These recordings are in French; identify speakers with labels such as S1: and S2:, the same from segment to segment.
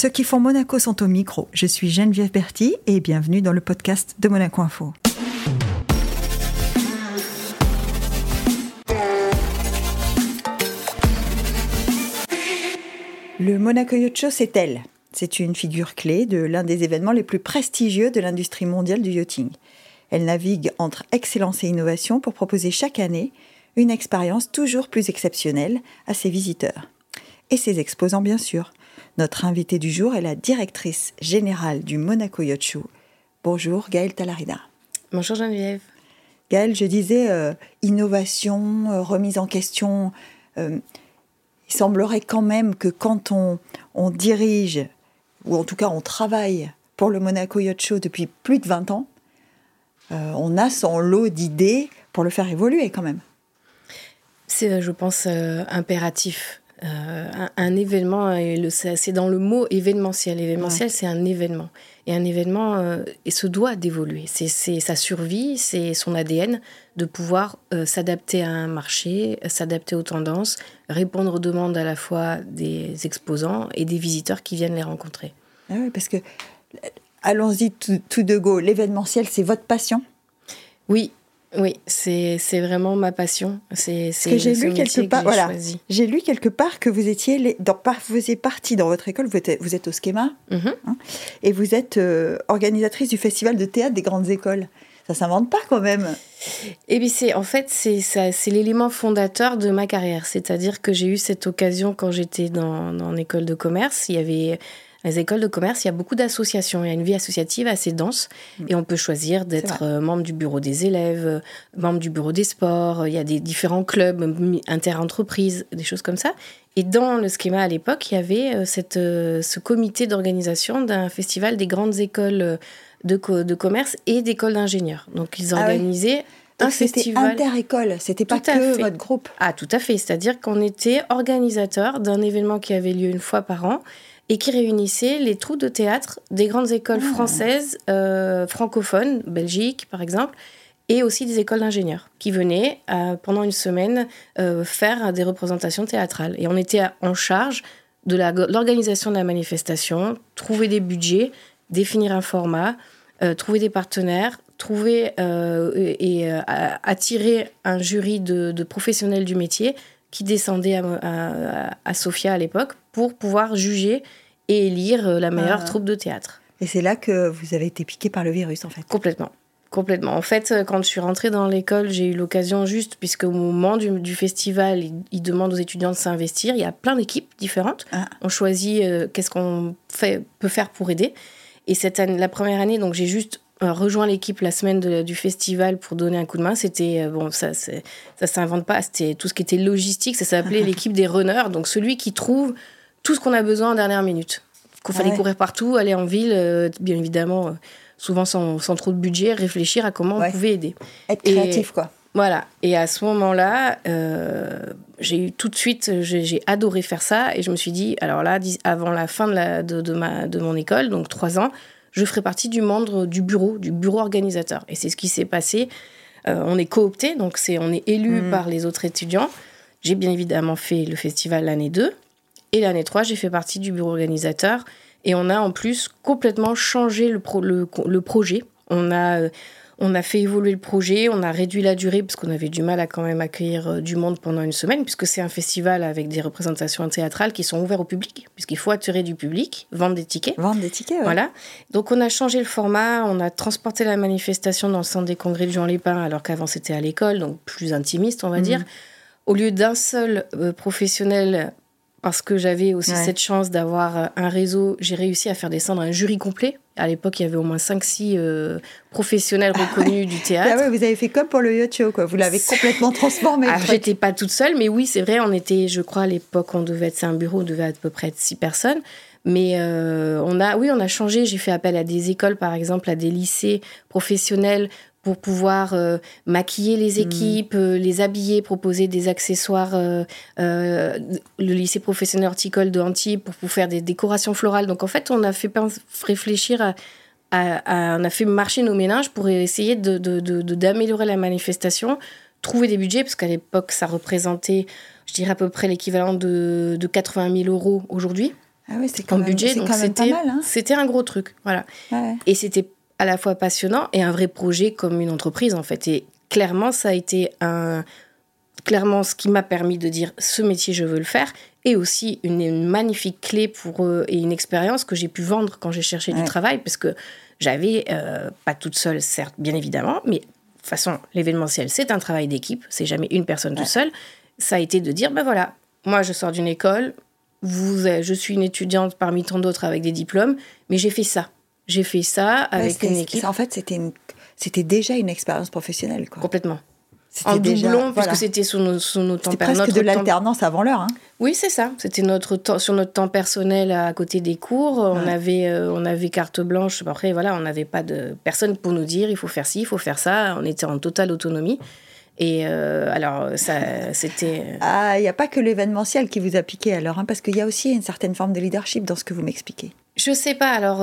S1: Ceux qui font Monaco sont au micro. Je suis Geneviève Berthy et bienvenue dans le podcast de Monaco Info. Le Monaco Yacht Show, c'est elle. C'est une figure clé de l'un des événements les plus prestigieux de l'industrie mondiale du yachting. Elle navigue entre excellence et innovation pour proposer chaque année une expérience toujours plus exceptionnelle à ses visiteurs. Et ses exposants, bien sûr. Notre invitée du jour est la directrice générale du Monaco Yacht Show. Bonjour Gaëlle Talarida.
S2: Bonjour Geneviève.
S1: Gaëlle, je disais innovation, remise en question. Il semblerait quand même que quand on dirige, ou en tout cas on travaille pour le Monaco Yacht Show depuis plus de 20 ans, on a son lot d'idées pour le faire évoluer quand même.
S2: C'est, je pense, impératif. Un événement, c'est dans le mot événementiel. Événementiel, c'est un événement. Et un événement se doit d'évoluer. C'est sa survie, c'est son ADN de pouvoir s'adapter à un marché, s'adapter aux tendances, répondre aux demandes à la fois des exposants et des visiteurs qui viennent les rencontrer.
S1: Ah oui, parce que, allons-y tout de go, l'événementiel, c'est votre passion ?
S2: Oui, c'est vraiment ma passion. C'est
S1: que j'ai lu quelque part. Voilà,
S2: choisi.
S1: J'ai lu quelque part que vous étiez vous faisiez partie dans votre école. Vous êtes au Schema, hein, et vous êtes organisatrice du festival de théâtre des grandes écoles. Ça s'invente pas quand même.
S2: Et bien c'est l'élément fondateur de ma carrière. C'est-à-dire que j'ai eu cette occasion quand j'étais en école de commerce. Il y avait les écoles de commerce, il y a beaucoup d'associations. Il y a une vie associative assez dense. Et on peut choisir d'être membre du bureau des élèves, membre du bureau des sports. Il y a des différents clubs, inter-entreprises, des choses comme ça. Et dans le Schema, à l'époque, il y avait ce comité d'organisation d'un festival des grandes écoles de commerce et d'écoles d'ingénieurs. Donc, ils organisaient un festival.
S1: C'était inter-école, c'était pas que votre groupe.
S2: Ah, tout à fait. C'est-à-dire qu'on était organisateur d'un événement qui avait lieu une fois par an et qui réunissait les troupes de théâtre des grandes écoles françaises, francophones, Belgique par exemple, et aussi des écoles d'ingénieurs, qui venaient pendant une semaine faire des représentations théâtrales. Et on était en charge de l'organisation de la manifestation, trouver des budgets, définir un format, trouver des partenaires, attirer un jury de professionnels du métier qui descendait à Sofia à l'époque pour pouvoir juger et élire la meilleure troupe de théâtre. Et
S1: c'est là que vous avez été piqué par le virus, en fait.
S2: Complètement. En fait, quand je suis rentrée dans l'école, j'ai eu l'occasion juste, puisque au moment du festival, ils demandent aux étudiants de s'investir. Il y a plein d'équipes différentes. On choisit qu'est-ce qu'on peut faire pour aider. Et cette année, la première année, donc j'ai juste rejoint l'équipe la semaine du festival pour donner un coup de main. C'était, ça s'invente pas, c'était tout ce qui était logistique. Ça s'appelait l'équipe des runners, donc celui qui trouve tout ce qu'on a besoin en dernière minute. Qu'il fallait courir partout, aller en ville, bien évidemment, souvent sans trop de budget, réfléchir à comment on pouvait aider.
S1: Être créatif, quoi.
S2: Voilà. Et à ce moment-là, j'ai eu tout de suite, j'ai adoré faire ça. Et je me suis dit, alors là, avant la fin de mon école, donc 3 ans, je ferai partie du membre du bureau organisateur. Et c'est ce qui s'est passé. On est coopté, donc on est élu par les autres étudiants. J'ai bien évidemment fait le festival l'année 2. Et l'année 3, j'ai fait partie du bureau organisateur. Et on a en plus complètement changé le projet. On a fait évoluer le projet, on a réduit la durée parce qu'on avait du mal à quand même accueillir du monde pendant une semaine, puisque c'est un festival avec des représentations théâtrales qui sont ouvertes au public, puisqu'il faut attirer du public, vendre des tickets. Voilà. Donc on a changé le format, on a transporté la manifestation dans le centre des congrès de Jean Lépin, alors qu'avant c'était à l'école, donc plus intimiste, on va dire. Au lieu d'un seul professionnel, parce que j'avais aussi cette chance d'avoir un réseau, j'ai réussi à faire descendre un jury complet. À l'époque, il y avait au moins 5-6 professionnels reconnus du théâtre.
S1: Vous avez fait comme pour le yacht show, quoi. Vous l'avez complètement transformé.
S2: Alors, j'étais pas toute seule, mais oui, c'est vrai, on était, je crois, à l'époque, c'est un bureau, on devait être à peu près 6 personnes. Mais on a changé. J'ai fait appel à des écoles, par exemple, à des lycées professionnels pour pouvoir maquiller les équipes, les habiller, proposer des accessoires. Le lycée professionnel horticole de Antibes pour faire des décorations florales. Donc, en fait, on a fait réfléchir on a fait marcher nos méninges pour essayer d'améliorer la manifestation, trouver des budgets, parce qu'à l'époque, ça représentait, je dirais, à peu près l'équivalent de 80 000 € aujourd'hui.
S1: Ah oui, c'est
S2: en
S1: quand même,
S2: budget.
S1: c'est
S2: Donc
S1: quand même pas mal. Hein.
S2: C'était un gros truc, voilà.
S1: Ouais.
S2: Et c'était à la fois passionnant et un vrai projet comme une entreprise, en fait. Et clairement, ça a été clairement ce qui m'a permis de dire ce métier, je veux le faire. Et aussi une magnifique clé et une expérience que j'ai pu vendre quand j'ai cherché du travail, parce que j'avais, pas toute seule, certes, bien évidemment, mais de toute façon, l'événementiel, c'est un travail d'équipe, c'est jamais une personne toute seule. Ça a été de dire, ben voilà, moi je sors d'une école, je suis une étudiante parmi tant d'autres avec des diplômes, mais j'ai fait ça. J'ai fait ça avec une équipe.
S1: En fait, c'était déjà une expérience professionnelle, quoi.
S2: Complètement.
S1: C'était
S2: En
S1: déjà,
S2: doublon,
S1: voilà.
S2: puisque c'était sur nos temps.
S1: C'était presque de l'alternance avant l'heure. Hein.
S2: Oui, c'est ça. C'était sur notre temps personnel à côté des cours. On avait carte blanche. Après, voilà, on n'avait pas de personne pour nous dire il faut faire ci, il faut faire ça. On était en totale autonomie. Et alors, ça, c'était...
S1: Ah, il n'y a pas que l'événementiel qui vous a piqué alors, hein, parce qu'il y a aussi une certaine forme de leadership dans ce que vous m'expliquez.
S2: Je sais pas, alors...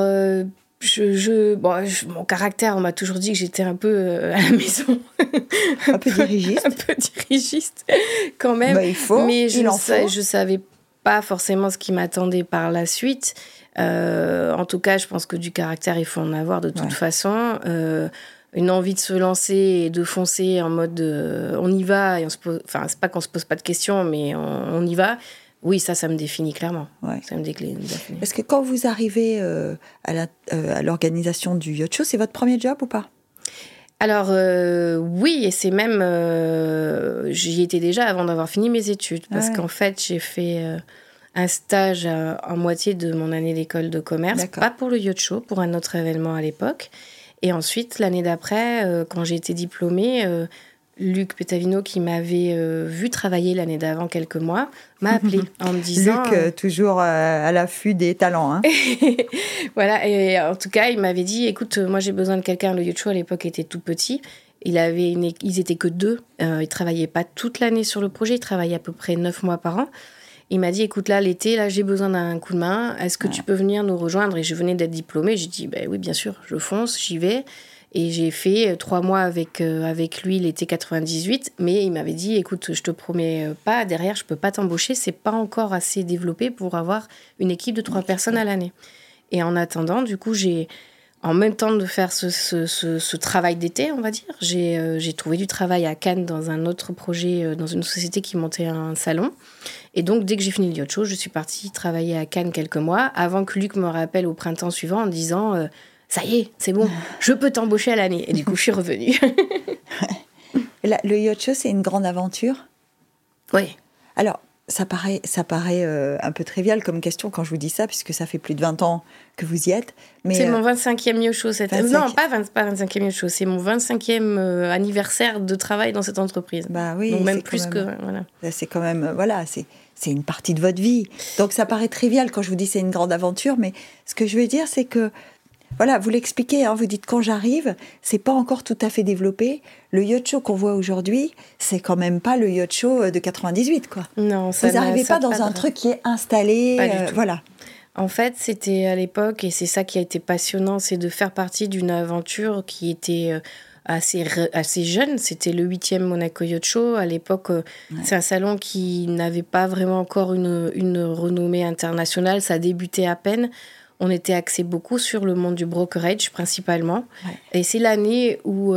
S2: mon caractère, on m'a toujours dit que j'étais un peu à la maison.
S1: un peu dirigiste.
S2: Un peu dirigiste, quand même.
S1: Bah, il faut,
S2: mais
S1: faut.
S2: Je savais pas forcément ce qui m'attendait par la suite. En tout cas, je pense que du caractère, il faut en avoir de toute façon. Une envie de se lancer et de foncer en mode on y va. Et c'est pas qu'on se pose pas de questions, mais on y va. Oui, ça me définit clairement. Ouais. Ça me définit.
S1: Parce que quand vous arrivez à l'organisation du Yacht Show, c'est votre premier job ou pas ?
S2: Alors, oui, et c'est même... j'y étais déjà avant d'avoir fini mes études. Parce qu'en fait, j'ai fait un stage en moitié de mon année d'école de commerce. Pas pour le Yacht Show, pour un autre événement à l'époque. Et ensuite, l'année d'après, quand j'ai été diplômée... Luc Petavino, qui m'avait vu travailler l'année d'avant quelques mois, m'a appelé en me disant...
S1: Luc, toujours à l'affût des talents. Hein.
S2: Voilà, et en tout cas, il m'avait dit, écoute, moi j'ai besoin de quelqu'un. Le Yacht Show, à l'époque, était tout petit. Ils étaient que 2. Ils ne travaillaient pas toute l'année sur le projet. Ils travaillaient à peu près 9 mois par an. Il m'a dit, écoute, là, l'été, là, j'ai besoin d'un coup de main. Est-ce que tu peux venir nous rejoindre ? Et je venais d'être diplômée. J'ai dit, oui, bien sûr, je fonce, j'y vais. Et j'ai fait 3 mois avec lui l'été 98, mais il m'avait dit, écoute, je te promets pas, derrière, je peux pas t'embaucher, c'est pas encore assez développé pour avoir une équipe de 3 personnes à l'année. Et en attendant, du coup, en même temps de faire ce travail d'été, on va dire, j'ai trouvé du travail à Cannes dans un autre projet, dans une société qui montait un salon. Et donc, dès que j'ai fini le Yacht Show, je suis partie travailler à Cannes quelques mois, avant que Luc me rappelle au printemps suivant en disant... ça y est, c'est bon, je peux t'embaucher à l'année. Et du coup, je suis revenue.
S1: Le Yacht Show, c'est une grande aventure ?
S2: Oui.
S1: Alors, ça paraît un peu trivial comme question quand je vous dis ça, puisque ça fait plus de 20 ans que vous y êtes. Mais
S2: c'est mon 25e Yacht Show cette année. Non, pas 25e Yacht Show, c'est mon 25e anniversaire de travail dans cette entreprise.
S1: Bah oui,
S2: donc même plus que... Voilà.
S1: C'est quand même... Voilà, c'est une partie de votre vie. Donc ça paraît trivial quand je vous dis c'est une grande aventure, mais ce que je veux dire, c'est que... Voilà, vous l'expliquez, hein, vous dites quand j'arrive, c'est pas encore tout à fait développé. Le Yacht Show qu'on voit aujourd'hui, c'est quand même pas le Yacht Show de 98, quoi.
S2: Non,
S1: vous n'arrivez pas dans un truc qui est installé, voilà.
S2: En fait, c'était à l'époque, et c'est ça qui a été passionnant, c'est de faire partie d'une aventure qui était assez jeune. C'était le 8e Monaco Yacht Show. À l'époque, c'est un salon qui n'avait pas vraiment encore une renommée internationale. Ça débutait à peine. On était axé beaucoup sur le monde du brokerage, principalement. Ouais. Et c'est l'année où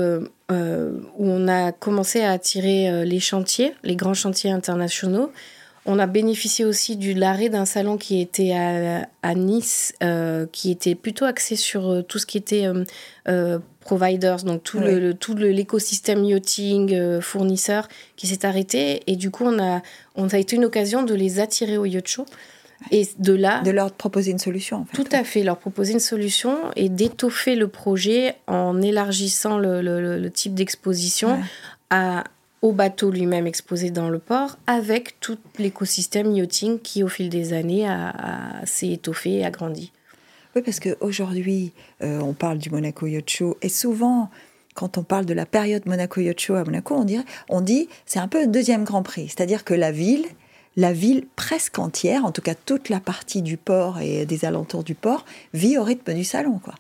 S2: on a commencé à attirer les chantiers, les grands chantiers internationaux. On a bénéficié aussi de l'arrêt d'un salon qui était à Nice, qui était plutôt axé sur tout ce qui était providers, donc tout l'écosystème yachting, fournisseurs, qui s'est arrêté. Et du coup, on a été une occasion de les attirer au Yacht Show. Et de
S1: leur proposer une solution, en fait.
S2: Tout à fait, leur proposer une solution et d'étoffer le projet en élargissant le type d'exposition au bateau lui-même exposé dans le port, avec tout l'écosystème yachting qui, au fil des années, s'est étoffé et agrandi.
S1: Oui, parce qu'aujourd'hui, on parle du Monaco Yacht Show, et souvent, quand on parle de la période Monaco Yacht Show à Monaco, on dit c'est un peu un deuxième Grand Prix, c'est-à-dire que la ville presque entière, en tout cas toute la partie du port et des alentours du port, vit au rythme du salon, quoi.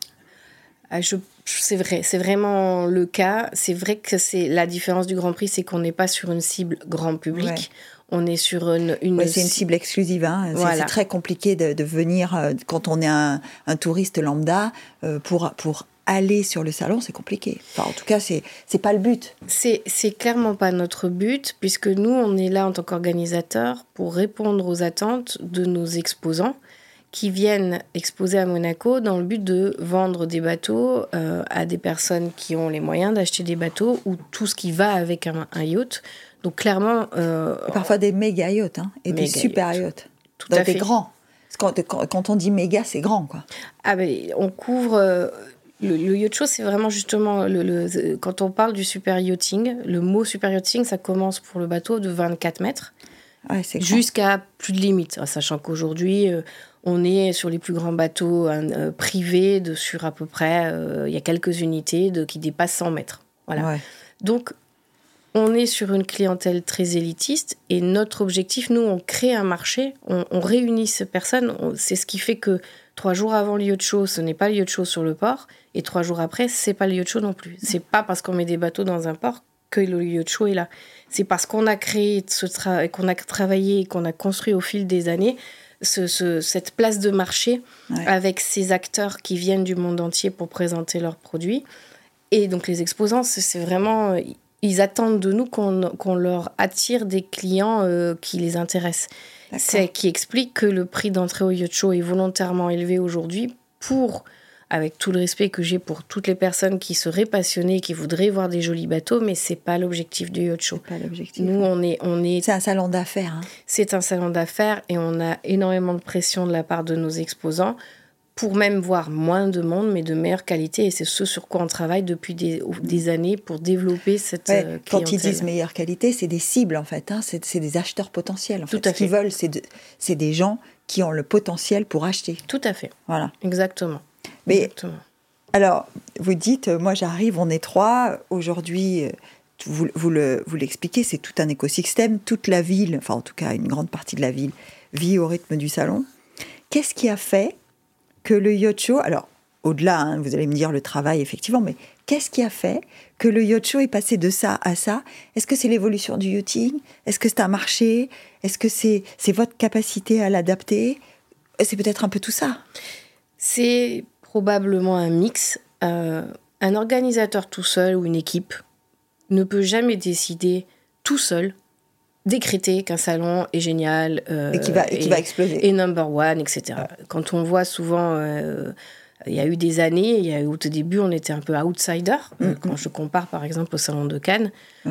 S2: C'est vrai, c'est vraiment le cas. C'est vrai que c'est la différence du Grand Prix, c'est qu'on n'est pas sur une cible grand public. Ouais. On est sur
S1: Ouais, c'est une cible exclusive. Hein.
S2: Voilà.
S1: C'est très compliqué de venir, quand on est un touriste lambda, pour aller sur le salon, c'est compliqué. Enfin, en tout cas, c'est pas le but.
S2: C'est clairement pas notre but, puisque nous, on est là en tant qu'organisateur pour répondre aux attentes de nos exposants qui viennent exposer à Monaco dans le but de vendre des bateaux à des personnes qui ont les moyens d'acheter des bateaux ou tout ce qui va avec un yacht. Donc clairement...
S1: Et parfois des méga yachts et des super yachts.
S2: Tout
S1: donc
S2: à fait.
S1: Des grands. Parce que quand on dit méga, c'est grand, quoi.
S2: Ah ben, on couvre... Le yacht show, c'est vraiment justement... quand on parle du super yachting, le mot super yachting, ça commence pour le bateau de 24 mètres jusqu'à plus de limite. Sachant qu'aujourd'hui... on est sur les plus grands bateaux privés sur à peu près, il y a quelques unités qui dépassent 100 mètres. Voilà.
S1: Ouais.
S2: Donc, on est sur une clientèle très élitiste et notre objectif, nous, on crée un marché, on réunit ces personnes. C'est ce qui fait que 3 jours avant le yacht show, ce n'est pas le yacht show sur le port et 3 jours après, c'est pas le yacht show non plus. C'est pas parce qu'on met des bateaux dans un port que le yacht show est là. C'est parce qu'on a créé qu'on a travaillé et qu'on a construit au fil des années cette place de marché avec ces acteurs qui viennent du monde entier pour présenter leurs produits. Et donc les exposants, c'est vraiment... Ils attendent de nous qu'on leur attire des clients qui les intéressent. C'est qui explique que le prix d'entrée au yacht show est volontairement élevé aujourd'hui avec tout le respect que j'ai pour toutes les personnes qui seraient passionnées, qui voudraient voir des jolis bateaux, mais c'est pas l'objectif du yacht show.
S1: C'est pas l'objectif.
S2: Nous, on est...
S1: C'est un salon d'affaires.
S2: C'est un salon d'affaires et on a énormément de pression de la part de nos exposants pour même voir moins de monde, mais de meilleure qualité. Et c'est ce sur quoi on travaille depuis des années pour développer cette clientèle.
S1: Quand ils disent meilleure qualité, c'est des cibles, en fait. C'est des acheteurs potentiels. En fait.
S2: Tout à fait.
S1: Ce qu'ils veulent, c'est des gens qui ont le potentiel pour acheter.
S2: Tout à fait.
S1: Voilà.
S2: Exactement.
S1: Mais,
S2: Exactement.
S1: Alors, vous dites, moi j'arrive, on est 3. Aujourd'hui, vous l'expliquez, c'est tout un écosystème. Toute la ville, enfin en tout cas une grande partie de la ville, vit au rythme du salon. Qu'est-ce qui a fait que le yacht show, alors au-delà, vous allez me dire le travail effectivement, mais qu'est-ce qui a fait que le yacht show est passé de ça à ça ? Est-ce que c'est l'évolution du yachting ? Est-ce que c'est un marché ? Est-ce que c'est votre capacité à l'adapter ? C'est peut-être un peu tout ça.
S2: C'est probablement un mix. Un organisateur tout seul ou une équipe ne peut jamais décider tout seul, décréter qu'un salon est génial
S1: et qui va exploser.
S2: Et number one, etc. Quand on voit souvent... il y a eu des années, au tout début, on était un peu outsider. Quand je compare, par exemple, au Salon de Cannes,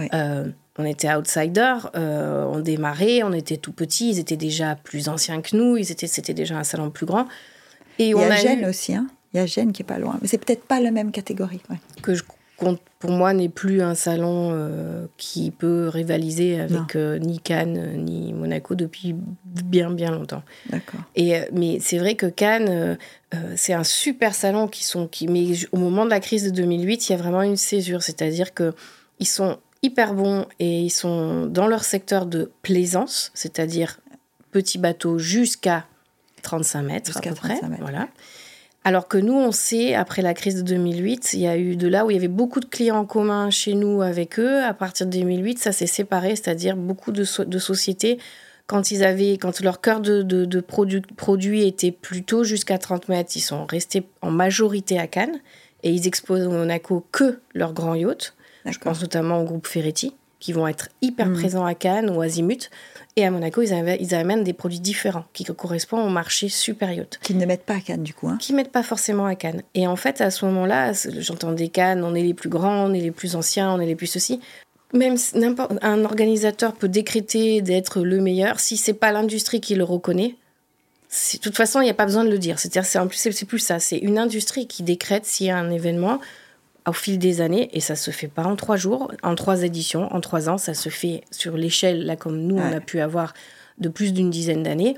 S2: on était outsider, on démarrait, on était tout petits, ils étaient déjà plus anciens que nous, c'était déjà un salon plus grand. Et
S1: il y a Gênes aussi, il y a Gênes qui est pas loin, mais c'est peut-être pas la même catégorie.
S2: Que je compte, pour moi, n'est plus un salon qui peut rivaliser avec ni Cannes ni Monaco depuis bien longtemps.
S1: D'accord.
S2: Mais c'est vrai que Cannes, c'est un super salon mais au moment de la crise de 2008, il y a vraiment une césure, c'est-à-dire que ils sont hyper bons et ils sont dans leur secteur de plaisance, c'est-à-dire petits bateaux jusqu'à 35 mètres à peu près. Voilà. Alors que nous, on sait, après la crise de 2008, il y a eu de là où il y avait beaucoup de clients en commun chez nous avec eux. À partir de 2008, ça s'est séparé, c'est-à-dire beaucoup de sociétés, quand leur cœur de produit était plutôt jusqu'à 30 mètres, ils sont restés en majorité à Cannes et ils exposent au Monaco que leurs grands yachts. Je pense notamment au groupe Ferretti, qui vont être hyper présents à Cannes ou Azimut. Et à Monaco, ils amènent des produits différents qui correspondent au marché super yacht.
S1: Qui ne mettent pas à Cannes, du coup.
S2: Qui ne mettent pas forcément à Cannes. Et en fait, à ce moment-là, j'entendais Cannes, on est les plus grands, on est les plus anciens, on est les plus ceci. Même un organisateur peut décréter d'être le meilleur. Si ce n'est pas l'industrie qui le reconnaît, de toute façon, il n'y a pas besoin de le dire. C'est-à-dire, c'est plus ça. C'est une industrie qui décrète s'il y a un événement au fil des années, et ça se fait pas en 3 jours, en 3 éditions, en 3 ans, ça se fait sur l'échelle, là, comme nous, on a pu avoir de plus d'une dizaine d'années.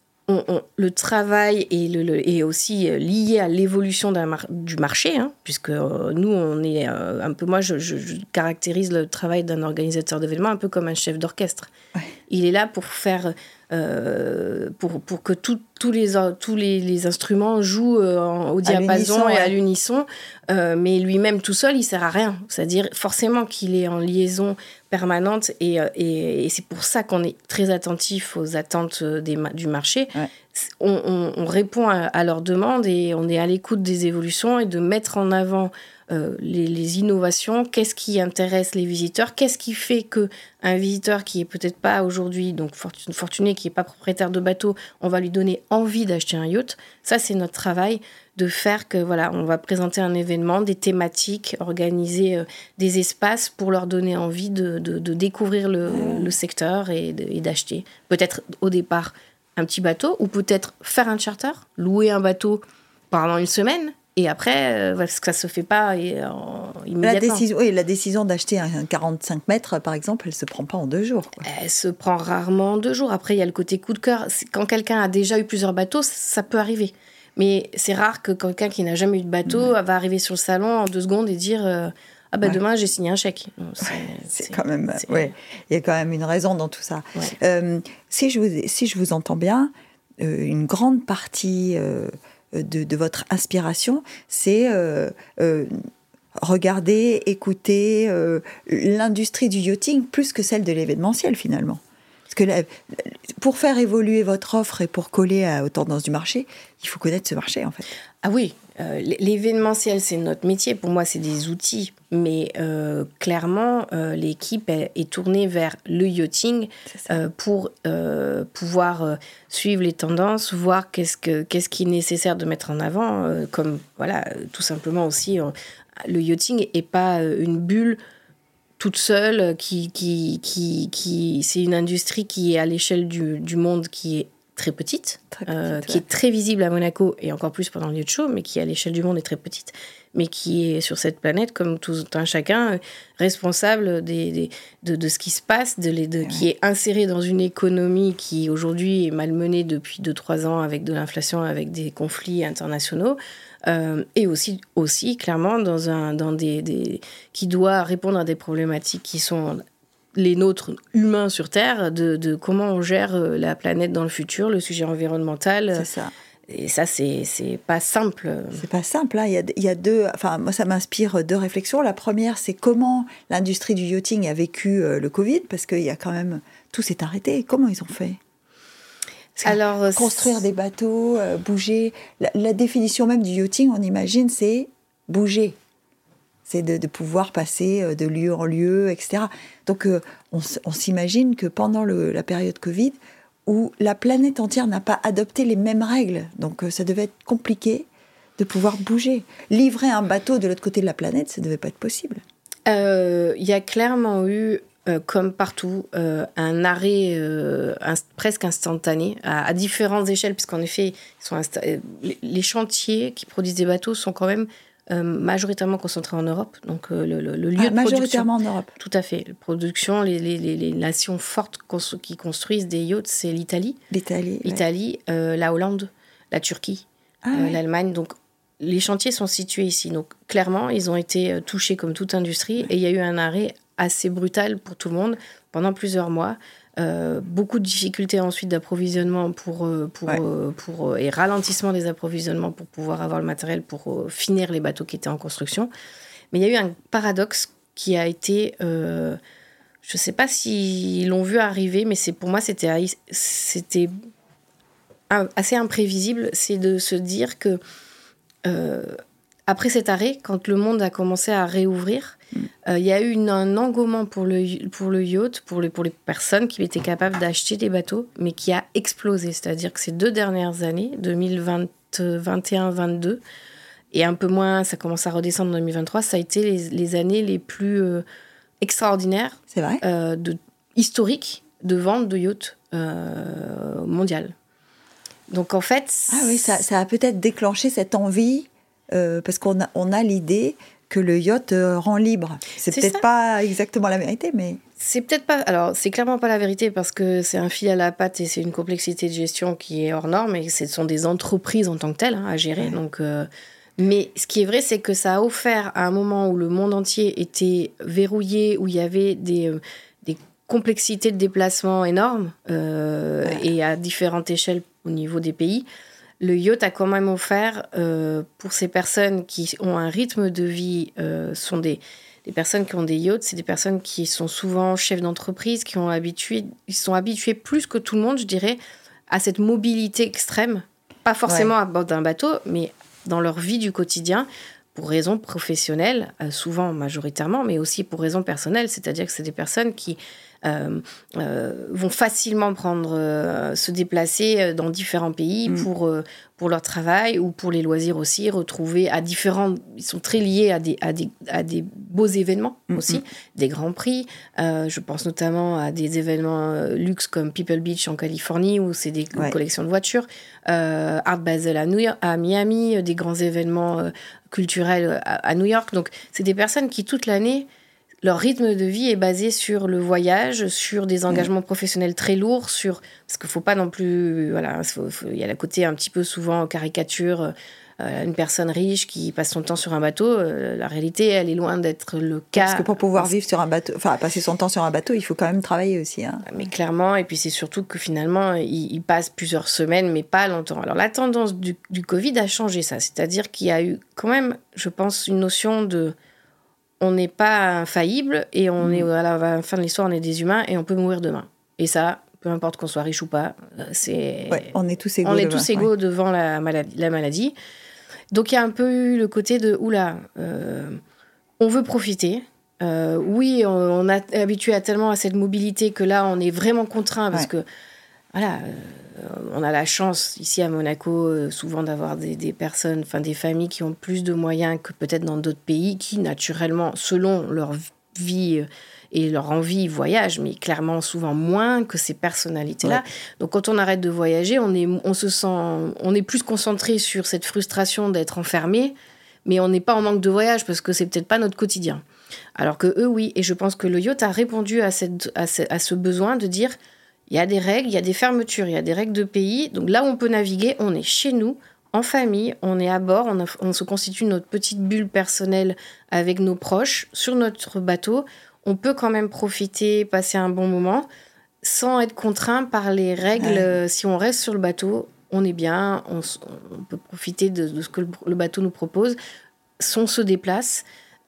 S2: Le travail est aussi lié à l'évolution du marché, puisque nous, on est un peu... Moi, je caractérise le travail d'un organisateur d'événements un peu comme un chef d'orchestre.
S1: Ouais.
S2: Il est là pour faire... pour que tous les instruments jouent au diapason et à l'unisson. Mais lui-même tout seul, il sert à rien. C'est-à-dire forcément qu'il est en liaison permanente et c'est pour ça qu'on est très attentif aux attentes du marché. Ouais. On répond à leurs demandes et on est à l'écoute des évolutions et de mettre en avant les innovations, qu'est-ce qui intéresse les visiteurs, qu'est-ce qui fait qu'un visiteur qui est peut-être pas aujourd'hui donc fortuné, qui n'est pas propriétaire de bateau, on va lui donner envie d'acheter un yacht. Ça, c'est notre travail de faire que, voilà, on va présenter un événement, des thématiques, organiser des espaces pour leur donner envie de découvrir le secteur et d'acheter. Peut-être au départ un petit bateau ou peut-être faire un charter, louer un bateau pendant une semaine. Et après, parce que ça ne se fait pas immédiatement.
S1: La décision d'acheter un 45 mètres, par exemple, elle ne se prend pas en 2 jours. Quoi.
S2: Elle se prend rarement en 2 jours. Après, il y a le côté coup de cœur. Quand quelqu'un a déjà eu plusieurs bateaux, ça peut arriver. Mais c'est rare que quelqu'un qui n'a jamais eu de bateau va arriver sur le salon en 2 secondes et dire demain, j'ai signé un chèque. Non,
S1: c'est quand même... Il y a quand même une raison dans tout ça. Ouais. Si je vous entends bien, une grande partie... De votre inspiration, c'est regarder, écouter l'industrie du yachting plus que celle de l'événementiel finalement. Parce que pour faire évoluer votre offre et pour coller aux tendances du marché, il faut connaître ce marché en fait.
S2: Ah oui, l'événementiel c'est notre métier, pour moi c'est des outils, mais clairement l'équipe est tournée vers le yachting pour pouvoir suivre les tendances, voir qu'est-ce qui est nécessaire de mettre en avant, comme voilà, tout simplement aussi le yachting n'est pas une bulle toute seule c'est une industrie qui est à l'échelle du monde qui est très petite, qui est très visible à Monaco et encore plus pendant le yacht show, mais qui à l'échelle du monde est très petite, mais qui est sur cette planète comme tout un chacun responsable de ce qui se passe, qui est inséré dans une économie qui aujourd'hui est malmenée depuis 2-3 ans avec de l'inflation, avec des conflits internationaux. Et aussi clairement qui doit répondre à des problématiques qui sont les nôtres humains sur Terre, de comment on gère la planète dans le futur, le sujet environnemental.
S1: C'est ça.
S2: Et ça, c'est pas simple.
S1: C'est pas simple. Hein. Il y a deux... Enfin, moi, ça m'inspire 2 réflexions. La première, c'est comment l'industrie du yachting a vécu le Covid, parce qu'il y a quand même... Tout s'est arrêté. Comment ils ont fait ? Alors, construire des bateaux, bouger. La définition même du yachting, on imagine, c'est bouger. C'est de pouvoir passer de lieu en lieu, etc. Donc, on s'imagine que pendant la période Covid, où la planète entière n'a pas adopté les mêmes règles, donc ça devait être compliqué de pouvoir bouger. Livrer un bateau de l'autre côté de la planète, ça ne devait pas être possible.
S2: Il y a clairement eu... comme partout, un arrêt presque instantané, à différentes échelles, puisqu'en effet, les chantiers qui produisent des bateaux sont quand même majoritairement concentrés en Europe. Donc, le lieu de production...
S1: Majoritairement en Europe.
S2: Tout à fait. La production, les nations fortes qui construisent des yachts, c'est l'Italie. L'Italie, la Hollande, la Turquie, l'Allemagne. Donc, les chantiers sont situés ici. Donc, clairement, ils ont été touchés comme toute industrie et il y a eu un arrêt assez brutal pour tout le monde pendant plusieurs mois. Beaucoup de difficultés ensuite d'approvisionnement et ralentissement des approvisionnements pour pouvoir avoir le matériel pour finir les bateaux qui étaient en construction. Mais il y a eu un paradoxe qui a été... je ne sais pas s'ils l'ont vu arriver, mais pour moi, c'était assez imprévisible. C'est de se dire que après cet arrêt, quand le monde a commencé à réouvrir, il y a eu un engouement pour le yacht, pour les personnes qui étaient capables d'acheter des bateaux, mais qui a explosé. C'est-à-dire que ces 2 dernières années, 2021-2022, et un peu moins, ça commence à redescendre en 2023, ça a été les années les plus extraordinaires,
S1: c'est vrai,
S2: historiques de vente de yachts mondiales. Donc en fait...
S1: Ah oui, ça a peut-être déclenché cette envie, parce qu'on a l'idée que le yacht rend libre. C'est peut-être ça. Pas exactement la vérité, mais...
S2: C'est peut-être pas... Alors, c'est clairement pas la vérité parce que c'est un fil à la patte et c'est une complexité de gestion qui est hors norme et ce sont des entreprises en tant que telles à gérer. Ouais. Donc, mais ce qui est vrai, c'est que ça a offert à un moment où le monde entier était verrouillé, où il y avait des complexité de déplacement énorme et à différentes échelles au niveau des pays, le yacht a quand même offert pour ces personnes qui ont un rythme de vie, sont des personnes qui ont des yachts, c'est des personnes qui sont souvent chefs d'entreprise, ils sont habitués plus que tout le monde, je dirais, à cette mobilité extrême, pas forcément à bord d'un bateau, mais dans leur vie du quotidien, pour raisons professionnelles, souvent majoritairement, mais aussi pour raisons personnelles, c'est-à-dire que c'est des personnes qui vont facilement se déplacer dans différents pays pour leur travail ou pour les loisirs aussi, retrouver ils sont très liés à des beaux événements aussi, des grands prix. Je pense notamment à des événements luxe comme People Beach en Californie, où c'est des collections de voitures, Art Basel à Miami, des grands événements culturels à New York. Donc, c'est des personnes qui, toute l'année, leur rythme de vie est basé sur le voyage, sur des engagements professionnels très lourds, parce qu'il ne faut pas non plus... Voilà, il y a le côté un petit peu souvent caricature, une personne riche qui passe son temps sur un bateau. La réalité, elle est loin d'être le cas.
S1: Parce que pour pouvoir vivre sur un bateau, enfin passer son temps sur un bateau, il faut quand même travailler aussi. Hein.
S2: Mais clairement, et puis c'est surtout que finalement, il passe plusieurs semaines, mais pas longtemps. Alors la tendance du Covid a changé ça. C'est-à-dire qu'il y a eu quand même, je pense, une notion de... On n'est pas infaillible et on est à la fin de l'histoire, on est des humains et on peut mourir demain. Et ça, peu importe qu'on soit riche ou pas,
S1: on est tous égaux.
S2: Devant la maladie. Donc il y a un peu eu le côté de on veut profiter. Oui, on est habitué tellement à cette mobilité que là, on est vraiment contraint parce que voilà. On a la chance, ici à Monaco, souvent d'avoir des personnes, enfin des familles qui ont plus de moyens que peut-être dans d'autres pays, qui naturellement, selon leur vie et leur envie, voyagent, mais clairement souvent moins que ces personnalités-là. Ouais. Donc quand on arrête de voyager, on est plus concentré sur cette frustration d'être enfermé, mais on n'est pas en manque de voyage parce que c'est peut-être pas notre quotidien. Alors que eux, oui. Et je pense que le yacht a répondu à ce besoin de dire... Il y a des règles, il y a des fermetures, il y a des règles de pays. Donc là où on peut naviguer, on est chez nous, en famille, on est à bord, on se constitue notre petite bulle personnelle avec nos proches sur notre bateau. On peut quand même profiter, passer un bon moment, sans être contraint par les règles. Ouais. Si on reste sur le bateau, on est bien, on peut profiter de ce que le bateau nous propose. On se déplace.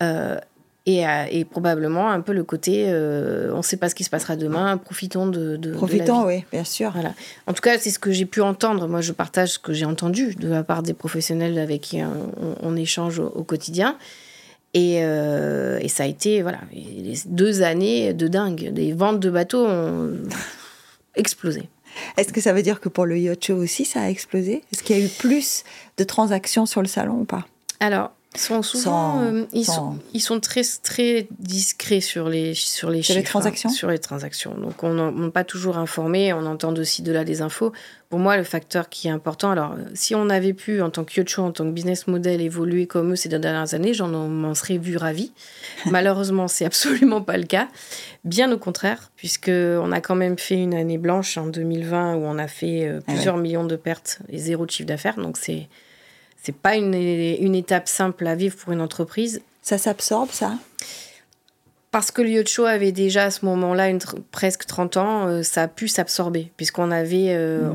S2: Et probablement un peu le côté on ne sait pas ce qui se passera demain, profitons de
S1: Profitons, oui, bien sûr.
S2: Voilà. En tout cas, c'est ce que j'ai pu entendre. Moi, je partage ce que j'ai entendu de la part des professionnels avec qui on échange au quotidien. Et ça a été, voilà, les 2 années de dingue. Les ventes de bateaux ont explosé.
S1: Est-ce que ça veut dire que pour le Yacht Show aussi, ça a explosé ? Est-ce qu'il y a eu plus de transactions sur le salon ou pas ?
S2: Alors... Ils sont très, très discrets sur les chiffres.
S1: Les transactions ?
S2: Sur les transactions. Donc, on n'est pas toujours informé. On entend de ci, de là des infos. Pour moi, le facteur qui est important... Alors, si on avait pu, en tant que Yacht Show, en tant que business model, évoluer comme eux ces 2 dernières années, m'en serais vu ravie. Malheureusement, c'est absolument pas le cas. Bien au contraire, puisqu'on a quand même fait une année blanche en 2020 où on a fait plusieurs millions de pertes et 0 de chiffre d'affaires. Donc, c'est pas une étape simple à vivre pour une entreprise. Ça
S1: s'absorbe, ça ?
S2: Parce que le Yacht Show avait déjà, à ce moment-là, presque 30 ans, ça a pu s'absorber. Puisqu'on avait...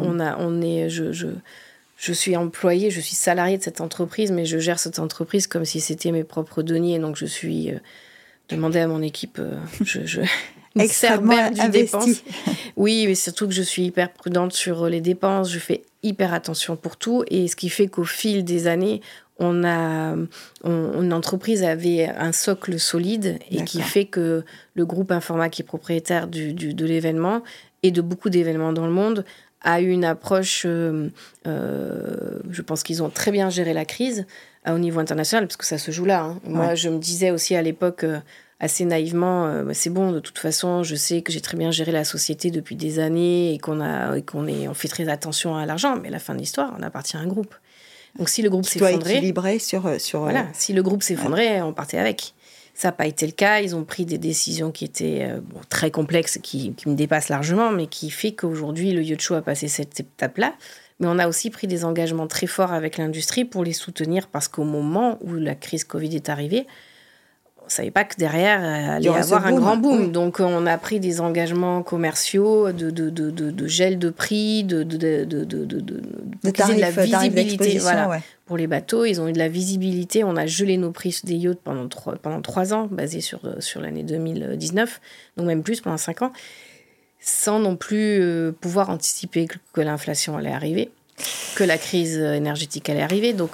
S2: Je suis employée, je suis salariée de cette entreprise, mais je gère cette entreprise comme si c'était mes propres deniers. Donc, je suis demandée à mon équipe... une cerbère du dépense. Oui, mais surtout que je suis hyper prudente sur les dépenses. Je fais hyper attention pour tout. Et ce qui fait qu'au fil des années, une entreprise avait un socle solide et qui fait que le groupe Informa, qui est propriétaire de l'événement et de beaucoup d'événements dans le monde, a eu une approche... je pense qu'ils ont très bien géré la crise au niveau international, parce que ça se joue là. Hein. Moi, je me disais aussi à l'époque... assez naïvement, c'est bon, de toute façon, je sais que j'ai très bien géré la société depuis des années et on fait très attention à l'argent, mais à la fin de l'histoire, on appartient à un groupe. Donc si le groupe s'effondrait...
S1: équilibrer sur
S2: voilà, si le groupe s'effondrait, on partait avec. Ça n'a pas été le cas, ils ont pris des décisions qui étaient très complexes, qui me dépassent largement, mais qui fait qu'aujourd'hui, le Yacht Show a passé cette étape-là. Mais on a aussi pris des engagements très forts avec l'industrie pour les soutenir, parce qu'au moment où la crise Covid est arrivée, ne savait pas que derrière, allait y avoir un grand boom. Oui. Donc, on a pris des engagements commerciaux de gel de prix, de la visibilité. Voilà. Ouais. Pour les bateaux, ils ont eu de la visibilité. On a gelé nos prix des yachts pendant 3 ans, basés sur l'année 2019, donc même plus, pendant 5 ans, sans non plus pouvoir anticiper que l'inflation allait arriver, que la crise énergétique allait arriver. Donc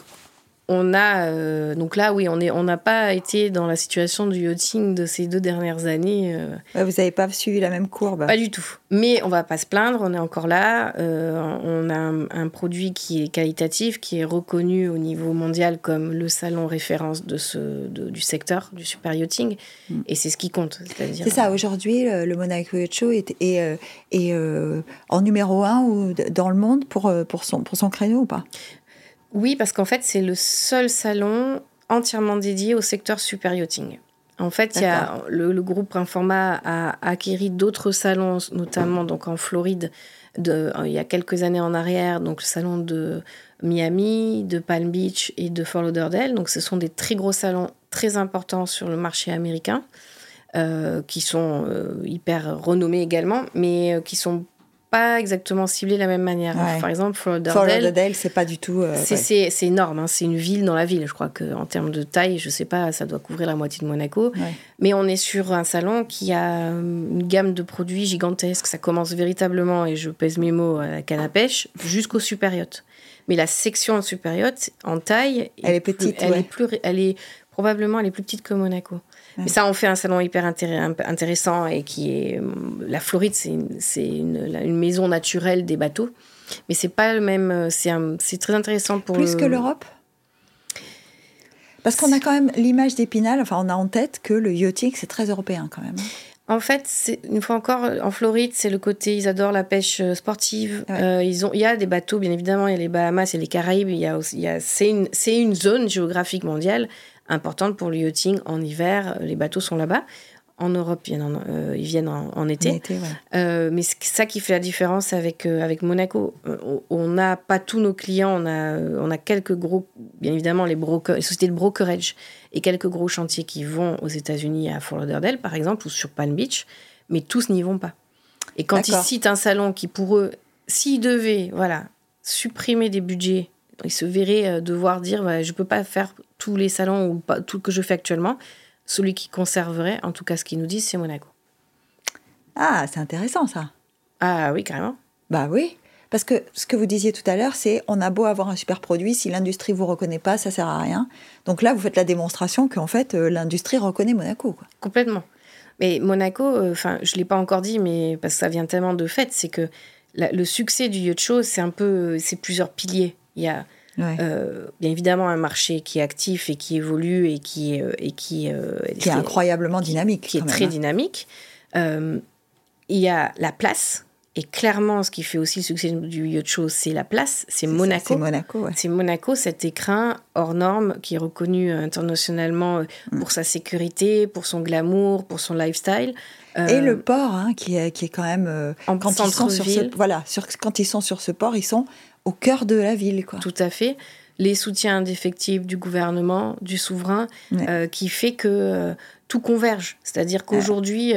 S2: là, oui, on n'a pas été dans la situation du yachting de ces 2 dernières années.
S1: Vous n'avez pas suivi la même courbe.
S2: Pas du tout. Mais on ne va pas se plaindre, on est encore là. On a un produit qui est qualitatif, qui est reconnu au niveau mondial comme le salon référence du secteur du super yachting. Et c'est ce qui compte.
S1: C'est ça, aujourd'hui, le Monaco Yacht Show est en numéro 1 dans le monde pour son créneau ou pas ?
S2: Oui, parce qu'en fait, c'est le seul salon entièrement dédié au secteur super yachting. En fait, il y a le groupe Informa a acquis d'autres salons, notamment donc en Floride, il y a quelques années en arrière, donc le salon de Miami, de Palm Beach et de Fort Lauderdale. Donc, ce sont des très gros salons très importants sur le marché américain, qui sont hyper renommés également, mais qui sont pas exactement ciblés de la même manière.
S1: Ouais.
S2: Par exemple, Fort
S1: Lauderdale, c'est pas du tout...
S2: c'est énorme, hein. C'est une ville dans la ville. Je crois qu'en termes de taille, je sais pas, ça doit couvrir la moitié de Monaco. Ouais. Mais on est sur un salon qui a une gamme de produits gigantesque. Ça commence véritablement, et je pèse mes mots, à la canne à pêche, jusqu'au super yacht. Mais la section super yacht, en taille...
S1: Elle est petite,
S2: probablement, elle est plus petite que Monaco. Ouais. Mais ça, on fait un salon hyper intéressant et qui est... La Floride, c'est une maison naturelle des bateaux. Mais c'est pas le même... C'est très intéressant pour...
S1: Plus que l'Europe ? Parce qu'on a quand même l'image d'Épinal, enfin, on a en tête que le yachting, c'est très européen quand même.
S2: En fait, une fois encore, en Floride, c'est le côté... Ils adorent la pêche sportive. Ouais. Il y a des bateaux, bien évidemment. Il y a les Bahamas, il y a les Caraïbes. C'est une zone géographique mondiale importante pour le yachting. En hiver, les bateaux sont là-bas. En Europe, ils viennent en été. Ouais. Mais c'est ça qui fait la différence avec Monaco. On n'a pas tous nos clients. On a quelques gros... Bien évidemment, les sociétés de brokerage et quelques gros chantiers qui vont aux États-Unis, à Fort Lauderdale, par exemple, ou sur Palm Beach. Mais tous n'y vont pas. Et quand ils citent un salon qui, pour eux, s'ils devaient supprimer des budgets, ils se verraient devoir dire je ne peux pas faire tous les salons ou pas tout que je fais actuellement. Celui qui conserverait, en tout cas ce qu'ils nous disent, c'est Monaco.
S1: Ah, c'est intéressant ça.
S2: Ah oui, carrément.
S1: Bah oui, parce que ce que vous disiez tout à l'heure, c'est on a beau avoir un super produit, si l'industrie ne vous reconnaît pas, ça ne sert à rien. Donc là, vous faites la démonstration qu'en fait, l'industrie reconnaît Monaco, quoi.
S2: Complètement. Mais Monaco, je ne l'ai pas encore dit, mais parce que ça vient tellement de fait, c'est que le succès du yacht show, c'est plusieurs piliers. Il y a bien évidemment un marché qui est actif et qui évolue et qui est
S1: incroyablement dynamique.
S2: Qui est très dynamique. Il y a la place. Et clairement, ce qui fait aussi le succès du yacht show, c'est la place. C'est Monaco.
S1: C'est Monaco, ouais.
S2: C'est Monaco, cet écrin hors norme qui est reconnu internationalement pour sa sécurité, pour son glamour, pour son lifestyle.
S1: Et le port, qui est quand même...
S2: quand
S1: ils sont sur ce port, ils sont au cœur de la ville, quoi.
S2: Tout à fait. Les soutiens indéfectibles du gouvernement, du souverain, qui fait que tout converge. C'est-à-dire qu'aujourd'hui,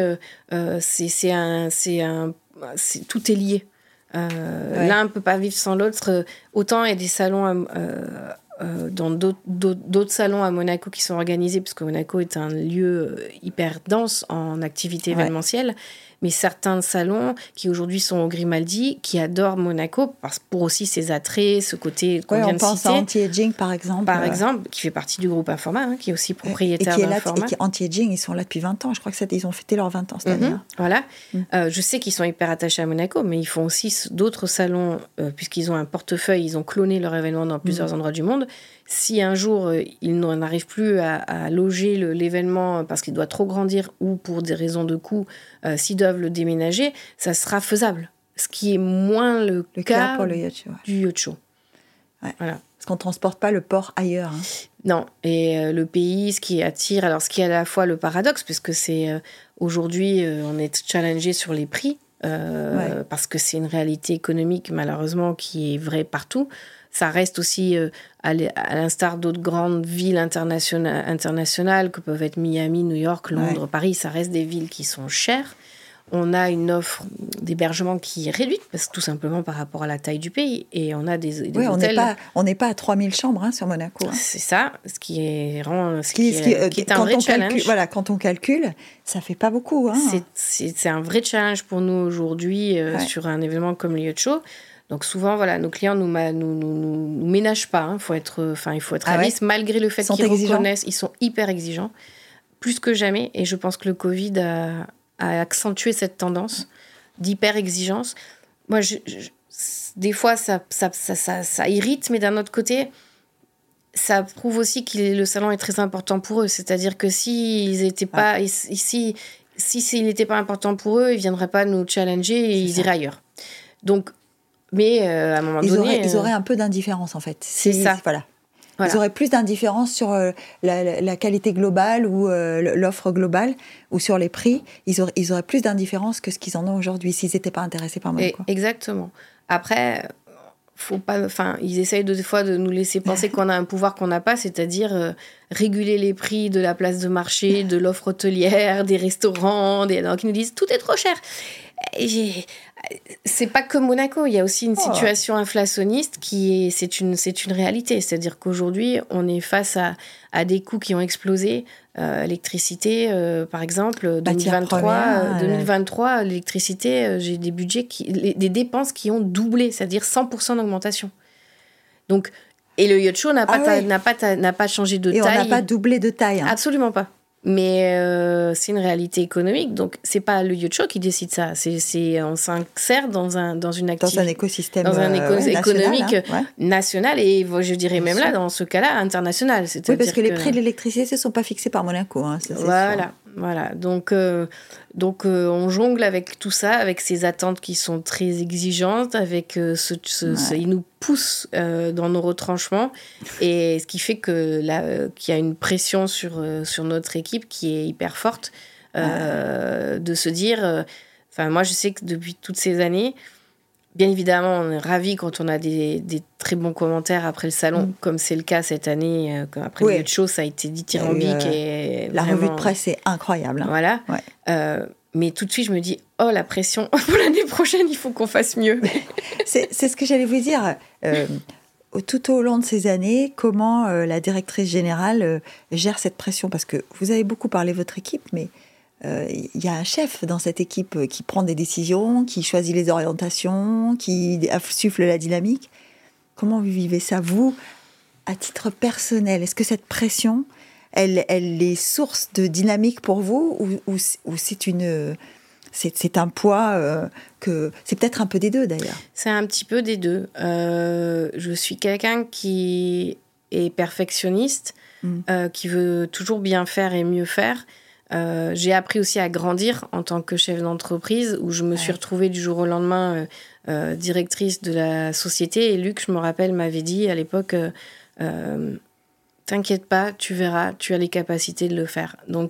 S2: tout est lié. L'un ne peut pas vivre sans l'autre. Autant il y a des salons dans d'autres salons à Monaco qui sont organisés, parce que Monaco est un lieu hyper dense en activités événementielles. Mais certains salons qui aujourd'hui sont au Grimaldi, qui adorent Monaco pour aussi ses attraits, ce côté qu'on vient de citer.
S1: On pense à Anti-Aging, par exemple.
S2: Par exemple, qui fait partie du groupe Informa, qui est aussi propriétaire d'Informa.
S1: Et Anti-Aging, ils sont là depuis 20 ans. Je crois qu'ils ont fêté leurs 20 ans cette année.
S2: Voilà. Je sais qu'ils sont hyper attachés à Monaco, mais ils font aussi d'autres salons, puisqu'ils ont un portefeuille, ils ont cloné leur événement dans plusieurs endroits du monde. Si un jour, ils n'arrivent plus à loger l'événement parce qu'il doit trop grandir ou pour des raisons de coût, s'ils doivent le déménager, ça sera faisable. Ce qui est moins le cas
S1: pour le yacht show,
S2: du yacht show.
S1: Ouais. Voilà. Parce qu'on ne transporte pas le port ailleurs.
S2: Non. Et le pays, ce qui attire... Alors, ce qui est à la fois le paradoxe, puisque c'est... aujourd'hui, on est challengé sur les prix, parce que c'est une réalité économique, malheureusement, qui est vraie partout. Ça reste aussi, à l'instar d'autres grandes villes internationales que peuvent être Miami, New York, Londres, Paris, ça reste des villes qui sont chères. On a une offre d'hébergement qui est réduite, parce que tout simplement par rapport à la taille du pays. Et on a des hôtels...
S1: On n'est pas à 3000 chambres sur Monaco.
S2: C'est ça, ce qui est un vrai challenge.
S1: Voilà, quand on calcule, ça ne fait pas beaucoup.
S2: C'est un vrai challenge pour nous aujourd'hui sur un événement comme le Yacht Show. Donc souvent, voilà, nos clients nous ménagent pas. Il faut être réaliste, malgré le fait qu'ils reconnaissent. Ils sont hyper exigeants, plus que jamais. Et je pense que le Covid a accentué cette tendance d'hyper-exigence. Moi, des fois, ça irrite, mais d'un autre côté, ça prouve aussi que le salon est très important pour eux. C'est-à-dire que s'ils n'étaient pas... s'il n'était pas important pour eux, ils ne viendraient pas nous challenger et ils iraient ailleurs. Donc, mais à un moment donné...
S1: Ils auraient un peu d'indifférence, en fait.
S2: C'est ça.
S1: Voilà. Ils auraient plus d'indifférence sur la qualité globale ou l'offre globale ou sur les prix. Ils auraient plus d'indifférence que ce qu'ils en ont aujourd'hui s'ils n'étaient pas intéressés par Monaco.
S2: Exactement. Après, ils essayent des fois de nous laisser penser qu'on a un pouvoir qu'on n'a pas, c'est-à-dire réguler les prix de la place de marché, de l'offre hôtelière, des restaurants. Donc ils nous disent tout est trop cher. C'est pas comme Monaco, il y a aussi une situation inflationniste c'est une réalité, c'est-à-dire qu'aujourd'hui on est face à des coûts qui ont explosé. L'électricité, par exemple, 2023, l'électricité, j'ai des budgets des dépenses qui ont doublé, c'est-à-dire 100% d'augmentation. Donc, et le Yacht Show n'a pas changé de taille.
S1: Et on n'a pas doublé de taille.
S2: Absolument pas. Mais c'est une réalité économique, donc c'est pas le Yacht Show qui décide ça. On s'insère dans un
S1: écosystème
S2: économique national et je dirais même là, dans ce cas-là, international.
S1: Oui, parce que les prix de l'électricité ne sont pas fixés par Monaco.
S2: Voilà. Donc, on jongle avec tout ça, avec ces attentes qui sont très exigeantes, avec ils nous poussent dans nos retranchements, et ce qui fait qu'il y a une pression sur notre équipe qui est hyper forte, de se dire... moi, je sais que depuis toutes ces années, bien évidemment, on est ravis quand on a des très bons commentaires après le salon, comme c'est le cas cette année. Après le Yacht Show, ça a été dithyrambique.
S1: La revue de presse est incroyable.
S2: Voilà. Ouais. Mais tout de suite, je me dis, la pression, pour l'année prochaine, il faut qu'on fasse mieux.
S1: c'est ce que j'allais vous dire. Tout au long de ces années, comment la directrice générale gère cette pression ? Parce que vous avez beaucoup parlé de votre équipe, mais... il y a un chef dans cette équipe qui prend des décisions, qui choisit les orientations, qui insuffle la dynamique. Comment vous vivez ça, vous, à titre personnel ? Est-ce que cette pression, elle est source de dynamique pour vous, ou c'est un poids que... C'est peut-être un peu des deux, d'ailleurs.
S2: C'est un petit peu des deux. Je suis quelqu'un qui est perfectionniste, qui veut toujours bien faire et mieux faire. J'ai appris aussi à grandir en tant que chef d'entreprise, où je me suis retrouvée du jour au lendemain directrice de la société. Et Luc, je me rappelle, m'avait dit à l'époque, t'inquiète pas, tu verras, tu as les capacités de le faire. Donc,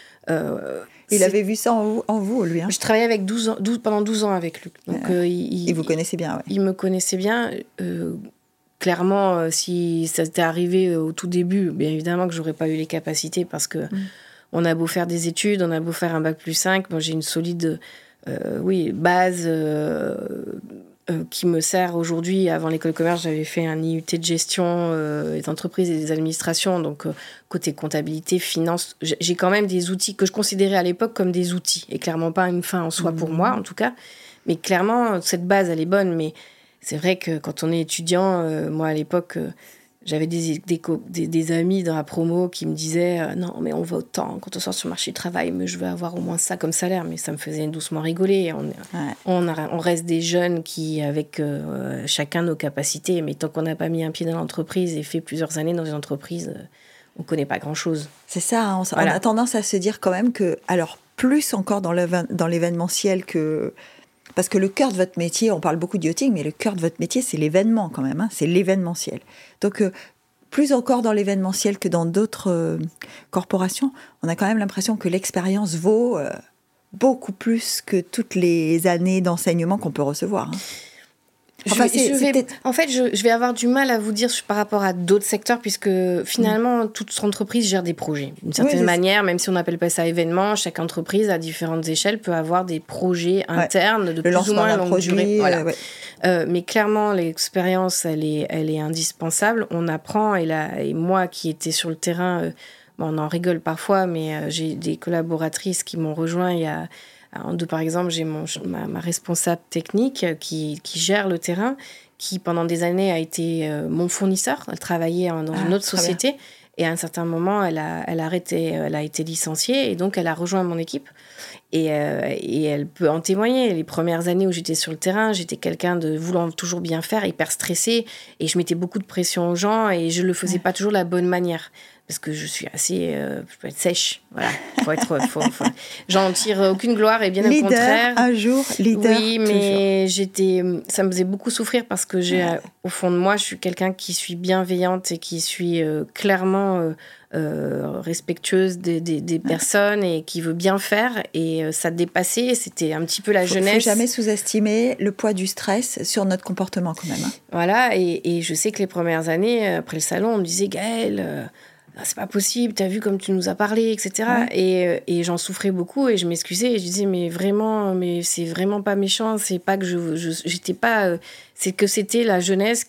S1: il avait vu ça en vous, lui.
S2: Je travaillais avec pendant 12 ans avec Luc. Donc,
S1: il vous connaissait bien. Ouais.
S2: Il me connaissait bien. Clairement, si ça t'était arrivé au tout début, bien évidemment que j'aurais pas eu les capacités, parce que on a beau faire des études, on a beau faire un bac+5, moi j'ai une solide base qui me sert aujourd'hui. Avant l'école de commerce, j'avais fait un IUT de gestion des entreprises et des administrations, donc côté comptabilité, finance. J'ai quand même des outils que je considérais à l'époque comme des outils, et clairement pas une fin en soi pour moi en tout cas. Mais clairement, cette base, elle est bonne. Mais c'est vrai que quand on est étudiant, moi à l'époque... J'avais des amis dans la promo qui me disaient non, mais on va autant quand on sort sur le marché du travail, mais je veux avoir au moins ça comme salaire. Mais ça me faisait doucement rigoler. On reste des jeunes qui, avec chacun nos capacités, mais tant qu'on n'a pas mis un pied dans l'entreprise et fait plusieurs années dans une entreprise, on ne connaît pas grand-chose.
S1: C'est ça, on a tendance à se dire quand même que, alors plus encore dans l'événementiel que... Parce que le cœur de votre métier, on parle beaucoup de yachting, mais le cœur de votre métier, c'est l'événement quand même, c'est l'événementiel. Donc, plus encore dans l'événementiel que dans d'autres corporations, on a quand même l'impression que l'expérience vaut beaucoup plus que toutes les années d'enseignement qu'on peut recevoir.
S2: Je vais avoir du mal à vous dire par rapport à d'autres secteurs, puisque finalement, toute entreprise gère des projets. D'une certaine manière, même si on n'appelle pas ça événement, chaque entreprise, à différentes échelles, peut avoir des projets internes de plus ou moins longue durée. Voilà. Mais clairement, l'expérience, elle est indispensable. On apprend, et moi qui étais sur le terrain, on en rigole parfois, mais j'ai des collaboratrices qui m'ont rejoint il y a... Par exemple, j'ai ma responsable technique qui gère le terrain, qui pendant des années a été mon fournisseur. Elle travaillait dans une autre société. Et à un certain moment, elle a été licenciée et donc elle a rejoint mon équipe. Et elle peut en témoigner. Les premières années où j'étais sur le terrain, j'étais quelqu'un de voulant toujours bien faire, hyper stressée. Et je mettais beaucoup de pression aux gens et je ne le faisais pas toujours de la bonne manière. Parce que je suis assez... je peux être sèche. Voilà. J'en tire aucune gloire et bien au contraire.
S1: Un jour, leader.
S2: Oui, mais ça me faisait beaucoup souffrir parce que au fond de moi, je suis quelqu'un qui suis bienveillante et qui suis clairement respectueuse des personnes et qui veut bien faire. Et ça dépassait. C'était un petit peu la jeunesse. Il ne
S1: faut jamais sous-estimer le poids du stress sur notre comportement quand même.
S2: Voilà. Et je sais que les premières années, après le salon, on me disait « Gaëlle... c'est pas possible, t'as vu comme tu nous as parlé, etc. » Et j'en souffrais beaucoup et je m'excusais et je disais mais c'est vraiment pas méchant, c'est pas que j'étais pas, c'est que c'était la jeunesse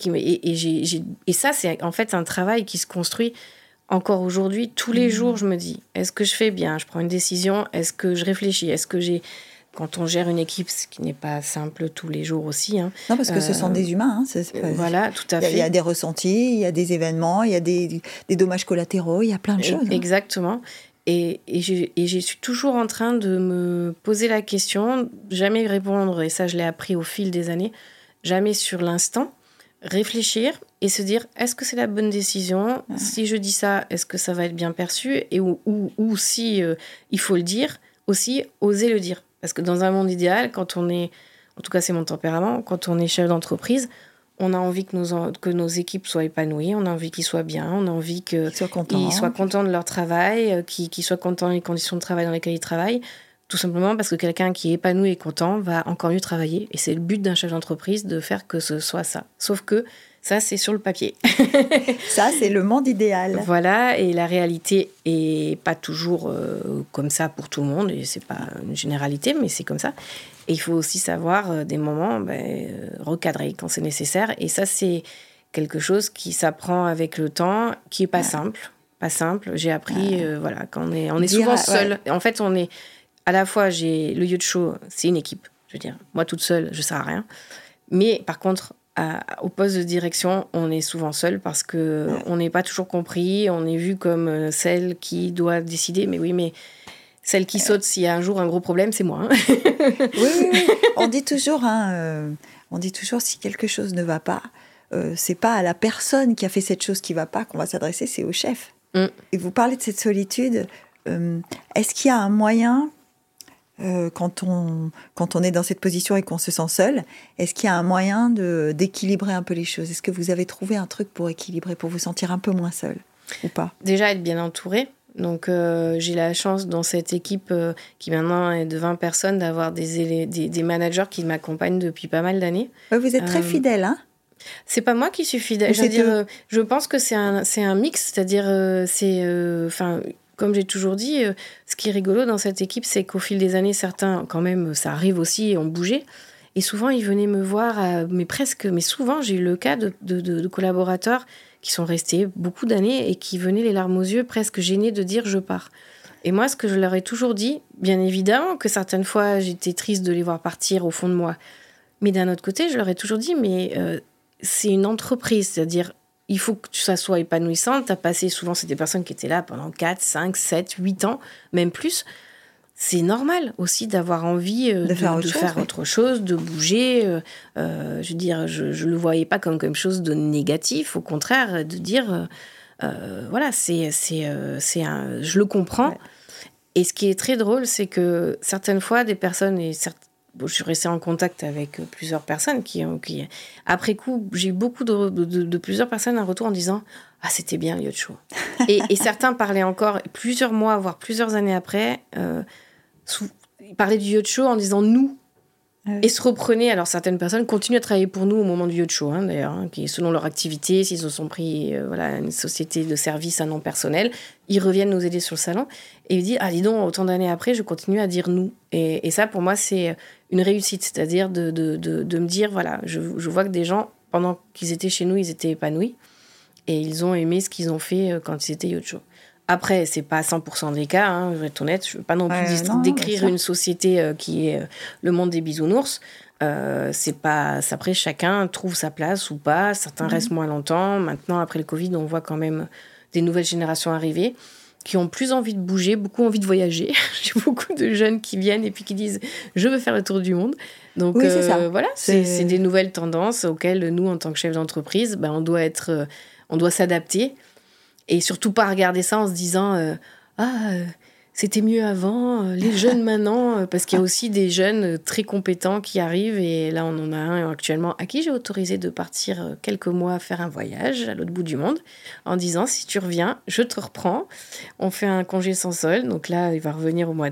S2: et ça c'est en fait un travail qui se construit encore aujourd'hui. Tous les jours je me dis est-ce que je fais bien, je prends une décision, est-ce que je réfléchis, est-ce que quand on gère une équipe, ce qui n'est pas simple tous les jours aussi. Non,
S1: parce que ce sont des humains.
S2: Voilà, tout à fait.
S1: Il y a des ressentis, il y a des événements, il y a des dommages collatéraux, il y a plein de choses.
S2: Exactement. Et je suis toujours en train de me poser la question, jamais répondre, et ça je l'ai appris au fil des années, jamais sur l'instant, réfléchir et se dire, est-ce que c'est la bonne décision ? Si je dis ça, est-ce que ça va être bien perçu ? Et ou si il faut le dire, aussi oser le dire. Parce que dans un monde idéal, quand on est, en tout cas c'est mon tempérament, quand on est chef d'entreprise, on a envie que nos équipes soient épanouies, on a envie qu'ils soient bien, on a envie qu'ils soient contents de leur travail, qu'ils soient contents des conditions de travail dans lesquelles ils travaillent, tout simplement parce que quelqu'un qui est épanoui et content va encore mieux travailler. Et c'est le but d'un chef d'entreprise de faire que ce soit ça. Sauf que ça, c'est sur le papier.
S1: Ça, c'est le monde idéal.
S2: Voilà, et la réalité est pas toujours comme ça pour tout le monde, et c'est pas une généralité, mais c'est comme ça. Et il faut aussi savoir des moments recadrer quand c'est nécessaire. Et ça, c'est quelque chose qui s'apprend avec le temps, qui est pas simple. Pas simple. J'ai appris, quand on est souvent seul. En fait, on est à la fois, le Yacht Show, c'est une équipe. Je veux dire, moi toute seule, je sers à rien. Mais par contre, au poste de direction, on est souvent seul parce que on n'est pas toujours compris, on est vu comme celle qui doit décider. Mais oui, mais celle qui saute s'il y a un jour un gros problème, c'est moi.
S1: Oui. On dit toujours, si quelque chose ne va pas, c'est pas à la personne qui a fait cette chose qui va pas qu'on va s'adresser, c'est au chef. Et vous parlez de cette solitude. Est-ce qu'il y a un moyen, quand on est dans cette position et qu'on se sent seul, est-ce qu'il y a un moyen d'équilibrer un peu les choses ? Est-ce que vous avez trouvé un truc pour équilibrer, pour vous sentir un peu moins seul ou pas ?
S2: Déjà, être bien entouré. Donc, j'ai la chance dans cette équipe qui maintenant est de 20 personnes d'avoir des managers qui m'accompagnent depuis pas mal d'années.
S1: Vous êtes très fidèle, hein ?
S2: C'est pas moi qui suis fidèle. Je pense que c'est un mix, c'est-à-dire comme j'ai toujours dit, ce qui est rigolo dans cette équipe, c'est qu'au fil des années, certains, quand même, ça arrive aussi, ont bougé. Et souvent, ils venaient me voir, mais souvent, j'ai eu le cas de collaborateurs qui sont restés beaucoup d'années et qui venaient les larmes aux yeux, presque gênés de dire « je pars ». Et moi, ce que je leur ai toujours dit, bien évidemment que certaines fois, j'étais triste de les voir partir au fond de moi. Mais d'un autre côté, je leur ai toujours dit « mais c'est une entreprise, c'est-à-dire… » Il faut que ça soit épanouissant. Tu as passé, souvent, c'est des personnes qui étaient là pendant 4, 5, 7, 8 ans, même plus. C'est normal aussi d'avoir envie de faire autre chose, de bouger. Je veux dire, je ne le voyais pas comme quelque chose de négatif. Au contraire, de dire, je le comprends. Ouais. Et ce qui est très drôle, c'est que certaines fois, des personnes, je suis restée en contact avec plusieurs personnes qui après coup, j'ai eu beaucoup de plusieurs personnes un retour en disant « Ah, c'était bien le Yacht Show ». Et certains parlaient encore plusieurs mois, voire plusieurs années après, ils parlaient du Yacht Show en disant « nous ». Et se reprenaient. Alors, certaines personnes continuent à travailler pour nous au moment du yacht show, d'ailleurs, qui, selon leur activité, s'ils se sont pris une société de service à nom personnel, ils reviennent nous aider sur le salon. Et ils disent, dis donc, autant d'années après, je continue à dire nous. Et ça, pour moi, c'est une réussite. C'est-à-dire de me dire, voilà, je vois que des gens, pendant qu'ils étaient chez nous, ils étaient épanouis. Et ils ont aimé ce qu'ils ont fait quand ils étaient yacht show. Après, c'est pas 100% des cas, je vais être honnête. Je veux pas non plus décrire une société qui est le monde des bisounours. C'est pas. Après, chacun trouve sa place ou pas. Certains restent moins longtemps. Maintenant, après le Covid, on voit quand même des nouvelles générations arriver qui ont plus envie de bouger, beaucoup envie de voyager. J'ai beaucoup de jeunes qui viennent et puis qui disent « je veux faire le tour du monde ». Donc
S1: oui, c'est ça.
S2: Voilà, c'est des nouvelles tendances auxquelles nous, en tant que chef d'entreprise, on doit s'adapter. Et surtout pas regarder ça en se disant c'était mieux avant, les jeunes maintenant, parce qu'il y a aussi des jeunes très compétents qui arrivent. Et là, on en a un actuellement à qui j'ai autorisé de partir quelques mois faire un voyage à l'autre bout du monde, en disant si tu reviens, je te reprends. On fait un congé sans solde. Donc là, il va revenir au mois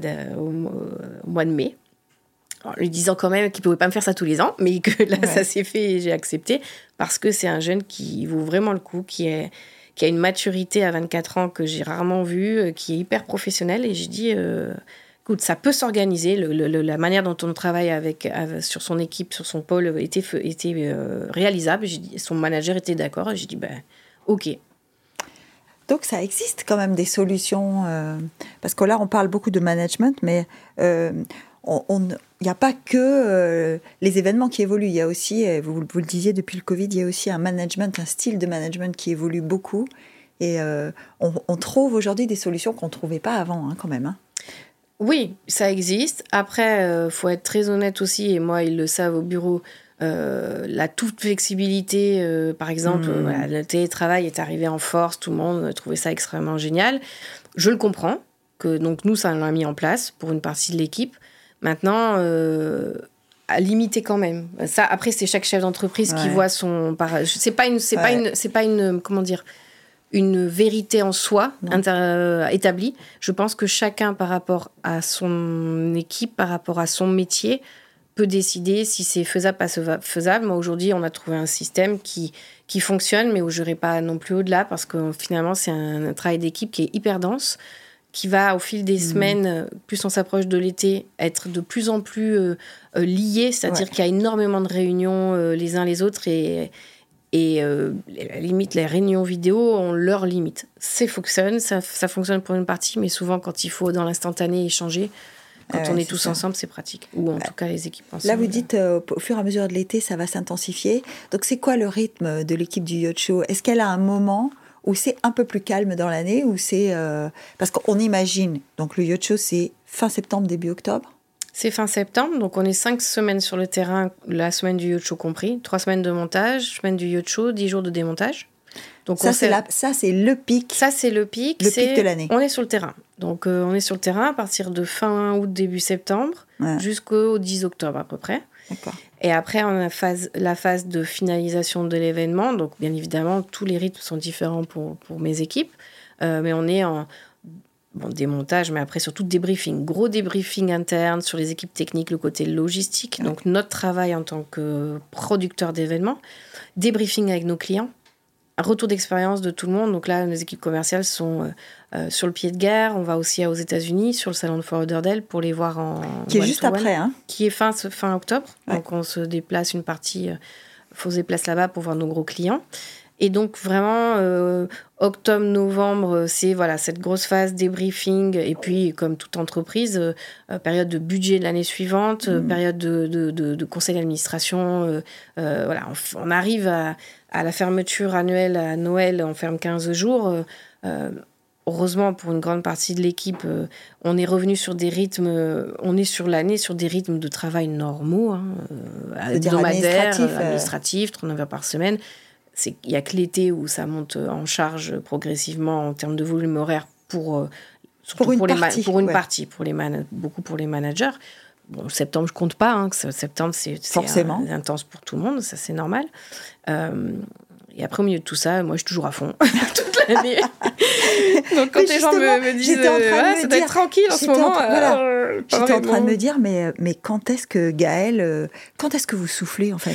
S2: de mai. En lui disant quand même qu'il ne pouvait pas me faire ça tous les ans, mais que là, ça s'est fait et j'ai accepté, parce que c'est un jeune qui vaut vraiment le coup, qui a une maturité à 24 ans que j'ai rarement vue, qui est hyper professionnelle. Et j'ai dit, écoute, ça peut s'organiser. La manière dont on travaille sur son équipe, sur son pôle, était réalisable. J'ai dit, son manager était d'accord. Et j'ai dit, OK.
S1: Donc, ça existe quand même des solutions. Parce que là, on parle beaucoup de management, mais il n'y a pas que les événements qui évoluent. Il y a aussi, vous le disiez, depuis le Covid, il y a aussi un style de management qui évolue beaucoup. Et on trouve aujourd'hui des solutions qu'on ne trouvait pas avant, quand même.
S2: Oui, ça existe. Après, faut être très honnête aussi, et moi, ils le savent au bureau, la toute flexibilité, par exemple, le télétravail est arrivé en force, tout le monde trouvait ça extrêmement génial. Je le comprends, donc nous, ça l'a mis en place pour une partie de l'équipe. Maintenant, à limiter quand même. Ça, après, c'est chaque chef d'entreprise qui voit son. C'est pas une comment dire, une vérité en soi établie. Je pense que chacun, par rapport à son équipe, par rapport à son métier, peut décider si c'est faisable, pas faisable. Moi, aujourd'hui, on a trouvé un système qui fonctionne, mais où je n'irai pas non plus au-delà, parce que finalement, c'est un travail d'équipe qui est hyper dense, qui va, au fil des semaines, plus on s'approche de l'été, être de plus en plus lié, c'est-à-dire qu'il y a énormément de réunions les uns les autres, et à la limite, les réunions vidéo ont leurs limites. Ça fonctionne pour une partie, mais souvent, quand il faut, dans l'instantané, échanger, quand on est tous ensemble, c'est pratique. Ou en tout cas, les équipes ensemble.
S1: Là, vous dites, au fur et à mesure de l'été, ça va s'intensifier. Donc, c'est quoi le rythme de l'équipe du Yacht Show ? Est-ce qu'elle a un moment où c'est un peu plus calme dans l'année, ou c'est parce qu'on imagine, donc le Yacht Show, c'est fin septembre, début octobre.
S2: C'est fin septembre, donc on est 5 semaines sur le terrain, la semaine du Yacht Show compris, 3 semaines de montage, semaine du Yacht Show, 10 jours de démontage. Donc
S1: ça, c'est le pic.
S2: Ça, c'est le pic.
S1: Le pic de l'année.
S2: On est sur le terrain. Donc, on est sur le terrain à partir de fin août, début septembre, jusqu'au 10 octobre à peu près.
S1: D'accord.
S2: Et après, on a la phase de finalisation de l'événement. Donc, bien évidemment, tous les rythmes sont différents pour mes équipes. Mais on est en démontage, mais après surtout débriefing. Gros débriefing interne sur les équipes techniques, le côté logistique. Ouais. Donc, notre travail en tant que producteur d'événements. Débriefing avec nos clients. Un retour d'expérience de tout le monde. Donc là, nos équipes commerciales sont sur le pied de guerre. On va aussi aux États-Unis, sur le salon de Fort Lauderdale, pour les voir en
S1: qui est juste après,
S2: qui est fin octobre. Ouais. Donc on se déplace une partie, faut se déplacer là-bas pour voir nos gros clients. Et donc vraiment, octobre, novembre, c'est cette grosse phase débriefing. Et puis, comme toute entreprise, période de budget de l'année suivante, période de conseil d'administration. On arrive à la fermeture annuelle à Noël, on ferme 15 jours. Heureusement, pour une grande partie de l'équipe, on est revenu sur des rythmes, on est sur l'année sur des rythmes de travail normaux, hebdomadaires, administratifs, 39 heures par semaine. Il n'y a que l'été où ça monte en charge progressivement en termes de volume horaire beaucoup pour les managers. Bon, septembre, je ne compte pas. Septembre, c'est intense pour tout le monde, ça c'est normal. Et après, au milieu de tout ça, moi, je suis toujours à fond toute l'année. Donc quand les gens me disent ça doit être tranquille en ce moment,
S1: j'étais en train de me dire mais quand est-ce que Gaëlle, quand est-ce que vous soufflez en fait?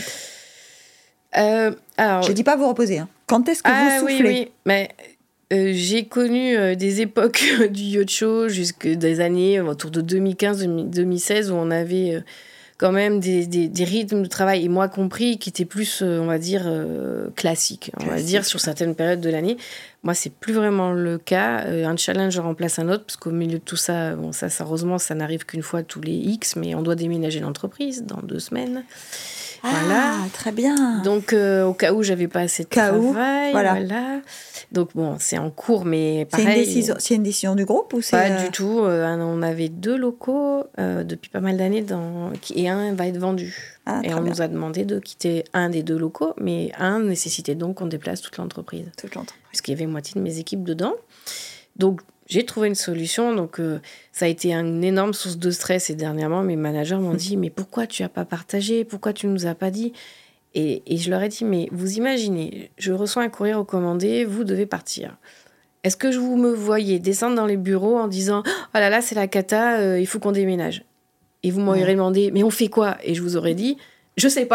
S1: Alors, je dis pas vous reposer. Hein. Quand est-ce que vous soufflez?
S2: Oui. Mais j'ai connu des époques du yacht show jusque des années autour de 2015-2016 où on avait quand même des rythmes de travail, et moi compris, qui étaient plus, on va dire, classiques, on va dire, sur certaines périodes de l'année. Moi, c'est plus vraiment le cas. Un challenge remplace un autre, parce qu'au milieu de tout ça, ça heureusement, ça n'arrive qu'une fois tous les X, mais on doit déménager l'entreprise dans 2 semaines.
S1: Voilà. Très bien.
S2: Donc, au cas où j'avais pas assez de travail, voilà. Donc bon, c'est en cours, mais pareil.
S1: C'est une décision du groupe ou c'est
S2: pas du tout. On avait 2 locaux depuis pas mal d'années, et un va être vendu. Et on nous a demandé de quitter un des 2 locaux, mais un nécessitait donc qu'on déplace toute l'entreprise. Puisqu'il y avait moitié de mes équipes dedans. Donc j'ai trouvé une solution. Donc ça a été une énorme source de stress. Et dernièrement, mes managers m'ont dit « Mais pourquoi tu n'as pas partagé? Pourquoi tu ne nous as pas dit ?» Et je leur ai dit « Mais vous imaginez, je reçois un courrier recommandé, vous devez partir. Est-ce que vous me voyez descendre dans les bureaux en disant « Oh là là, c'est la cata, il faut qu'on déménage ?» Et vous m'auriez demandé « Mais on fait quoi ?» Et je vous aurais dit « Je sais pas. »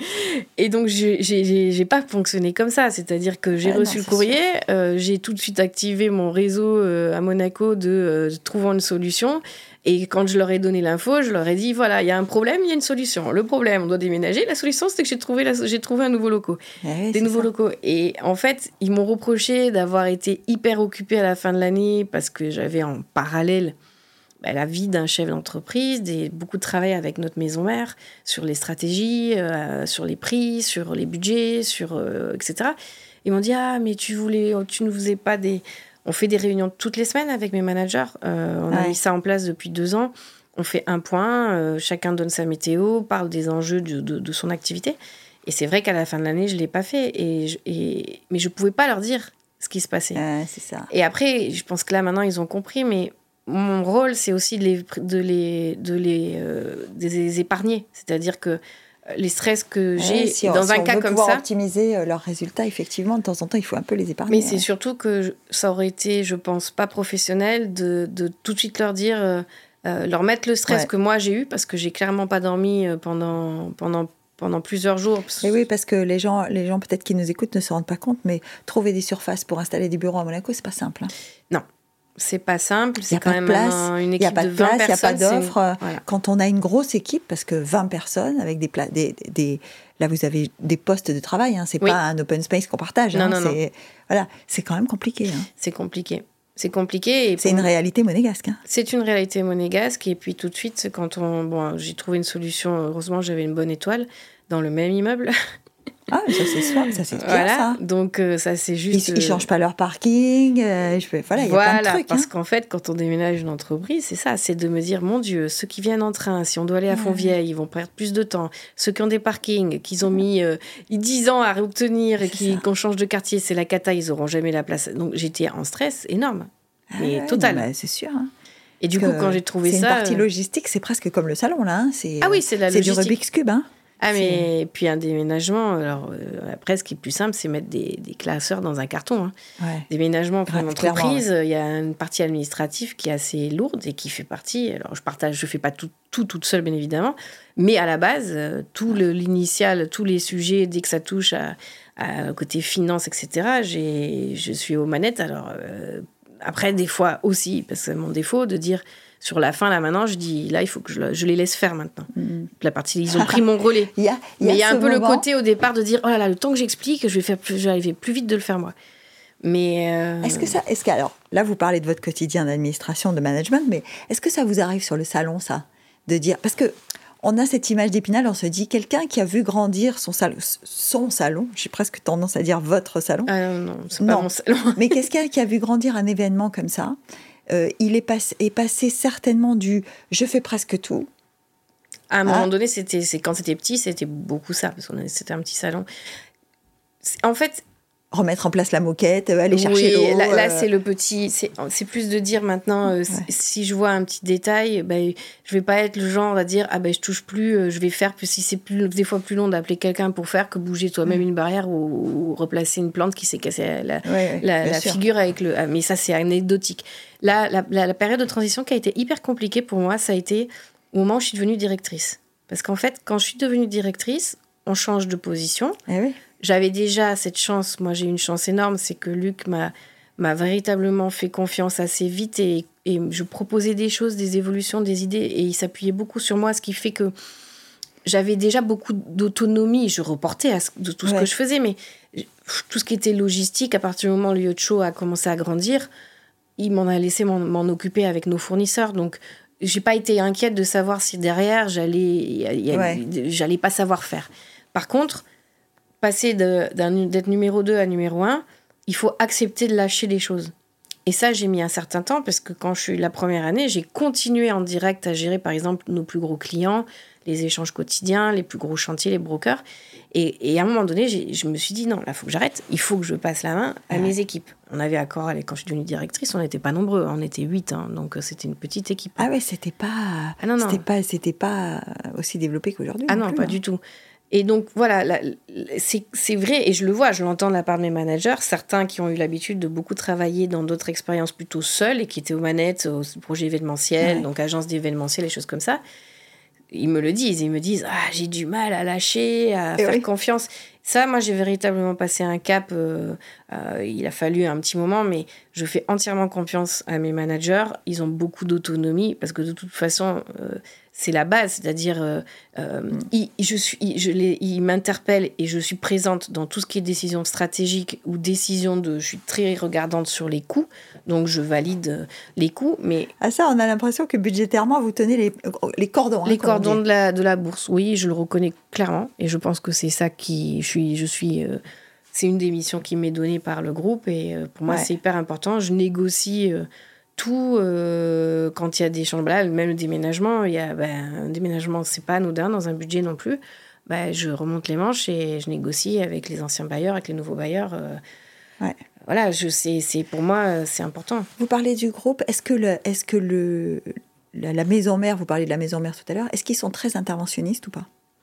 S2: Et donc, j'ai pas fonctionné comme ça. C'est-à-dire que j'ai reçu le courrier, j'ai tout de suite activé mon réseau à Monaco de trouvant une solution. Et quand je leur ai donné l'info, je leur ai dit, voilà, il y a un problème, il y a une solution. Le problème, on doit déménager. La solution, c'est que j'ai trouvé un nouveau locaux. Des nouveaux locaux. Et en fait, ils m'ont reproché d'avoir été hyper occupée à la fin de l'année parce que j'avais en parallèle la vie d'un chef d'entreprise, beaucoup de travail avec notre maison mère sur les stratégies, sur les prix, sur les budgets, etc. Ils m'ont dit, ah, mais tu ne faisais pas des... On fait des réunions toutes les semaines avec mes managers. On a mis ça en place depuis 2 ans. On fait un point, chacun donne sa météo, parle des enjeux de son activité. Et c'est vrai qu'à la fin de l'année, je ne l'ai pas fait. Mais je ne pouvais pas leur dire ce qui se passait.
S1: C'est ça.
S2: Et après, je pense que là, maintenant, ils ont compris. Mais mon rôle, c'est aussi de les épargner. C'est-à-dire que les stress que j'ai dans un cas comme ça.
S1: Pour optimiser leurs résultats, effectivement, de temps en temps, il faut un peu les épargner.
S2: Mais c'est surtout que ça aurait été, je pense, pas professionnel de tout de suite leur dire, leur mettre le stress que moi j'ai eu, parce que j'ai clairement pas dormi pendant plusieurs jours.
S1: Et oui, parce que les gens peut-être qui nous écoutent ne se rendent pas compte, mais trouver des surfaces pour installer des bureaux à Monaco, c'est pas simple. Hein.
S2: Non. C'est pas simple, c'est quand même une équipe de 20 personnes.
S1: Il n'y a pas d'offre. Voilà. Quand on a une grosse équipe, parce que 20 personnes, avec là vous avez des postes de travail, hein, c'est pas un open space qu'on partage.
S2: Non.
S1: Voilà, c'est quand même compliqué. Hein.
S2: C'est compliqué. Et
S1: c'est une réalité monégasque. Hein.
S2: C'est une réalité monégasque. Et puis tout de suite, j'ai trouvé une solution. Heureusement, j'avais une bonne étoile dans le même immeuble.
S1: Ah, ça c'est bien,
S2: voilà.
S1: ça.
S2: Donc ça c'est juste.
S1: Ils changent pas leur parking. Il y a plein de trucs.
S2: Parce qu'en fait, quand on déménage une entreprise, c'est ça, c'est de me dire, mon Dieu, ceux qui viennent en train, si on doit aller à Fontvieille, ils vont perdre plus de temps. Ceux qui ont des parkings, qu'ils ont mis 10 ans à obtenir et qu'on change de quartier, c'est la cata, ils auront jamais la place. Donc j'étais en stress énorme, mais total.
S1: Non, c'est sûr. Hein.
S2: Et du coup, quand j'ai trouvé ça,
S1: c'est une partie logistique, c'est presque comme le salon là. Hein.
S2: C'est la logistique.
S1: C'est du Rubik's Cube, hein.
S2: Ah, mais puis un déménagement, alors après, ce qui est plus simple, c'est mettre des classeurs dans un carton. Hein.
S1: Ouais.
S2: Déménagement pour une entreprise, il y a une partie administrative qui est assez lourde et qui fait partie. Alors, je fais pas tout toute seule, bien évidemment, mais à la base, tout l'initial, tous les sujets, dès que ça touche à côté finance, etc., je suis aux manettes. Alors, après, des fois aussi, parce que c'est mon défaut de dire. Sur la fin, là, maintenant, je dis, là, il faut que je les laisse faire maintenant. La partie, ils ont pris mon relais. Mais il y a un peu le côté, au départ, de dire, oh là là, le temps que j'explique, je vais arriver plus vite de le faire moi. Mais...
S1: Est-ce que, alors, là, vous parlez de votre quotidien d'administration, de management, mais est-ce que ça vous arrive sur le salon, ça? De dire... Parce que on a cette image d'Épinal, on se dit, quelqu'un qui a vu grandir son salon, j'ai presque tendance à dire votre salon.
S2: Ah non, c'est pas mon salon.
S1: Mais quelqu'un qui a vu grandir un événement comme ça, il est passé certainement du « je fais presque tout ».
S2: À un moment donné, quand c'était petit, c'était beaucoup ça, parce que c'était un petit salon. En fait,
S1: remettre en place la moquette, aller chercher l'eau.
S2: Là c'est le petit... C'est plus de dire maintenant, si je vois un petit détail, je vais pas être le genre à dire je touche plus, je vais faire, si c'est des fois plus long d'appeler quelqu'un pour faire que bouger toi-même une barrière ou replacer une plante qui s'est cassée la figure avec le... mais ça, c'est anecdotique. Là, la période de transition qui a été hyper compliquée pour moi, ça a été au moment où je suis devenue directrice. Parce qu'en fait, quand je suis devenue directrice, on change de position. J'avais déjà cette chance, moi j'ai une chance énorme, c'est que Luc m'a véritablement fait confiance assez vite et je proposais des choses, des évolutions, des idées et il s'appuyait beaucoup sur moi, ce qui fait que j'avais déjà beaucoup d'autonomie. Je reportais de tout ce que je faisais, mais tout ce qui était logistique, à partir du moment où le yacht show a commencé à grandir, il m'en a laissé m'en occuper avec nos fournisseurs. Donc, j'ai pas été inquiète de savoir si derrière, j'allais pas savoir faire. Par contre, passer d'être numéro 2 à numéro 1, il faut accepter de lâcher les choses. Et ça, j'ai mis un certain temps, parce que quand je suis la première année, j'ai continué en direct à gérer, par exemple, nos plus gros clients, les échanges quotidiens, les plus gros chantiers, les brokers. Et à un moment donné, je me suis dit, non, là, il faut que j'arrête. Il faut que je passe la main à mes équipes. On avait accord, quand je suis devenue directrice, on n'était pas nombreux. On était 8, donc c'était une petite équipe.
S1: Ah ouais, c'était pas aussi développé qu'aujourd'hui.
S2: Ah non, pas du tout. Et donc, voilà, c'est vrai, et je le vois, je l'entends de la part de mes managers, certains qui ont eu l'habitude de beaucoup travailler dans d'autres expériences plutôt seuls et qui étaient aux manettes, au projet événementiel, donc agence d'événementiel, les choses comme ça. Ils me le disent, j'ai du mal à lâcher, à faire confiance. Ça, moi, j'ai véritablement passé un cap. Il a fallu un petit moment, mais je fais entièrement confiance à mes managers. Ils ont beaucoup d'autonomie, parce que de toute façon, c'est la base. C'est-à-dire, ils m'interpellent et je suis présente dans tout ce qui est décision stratégique ou décision je suis très regardante sur les coûts. Donc, je valide les coûts. Mais...
S1: Ah ça, on a l'impression que budgétairement, vous tenez les cordons.
S2: Les cordons de la bourse, oui, je le reconnais clairement. Et je pense que c'est ça c'est une des missions qui m'est donnée par le groupe. Et pour moi, c'est hyper important. Je négocie tout quand il y a des changements. Même le déménagement, un déménagement, c'est pas anodin dans un budget non plus. Je remonte les manches et je négocie avec les anciens bailleurs, avec les nouveaux bailleurs. Voilà, pour moi, c'est important.
S1: Vous parlez du groupe. Est-ce que la maison mère, vous parliez de la maison mère tout à l'heure, est-ce qu'ils sont très interventionnistes ou pas ?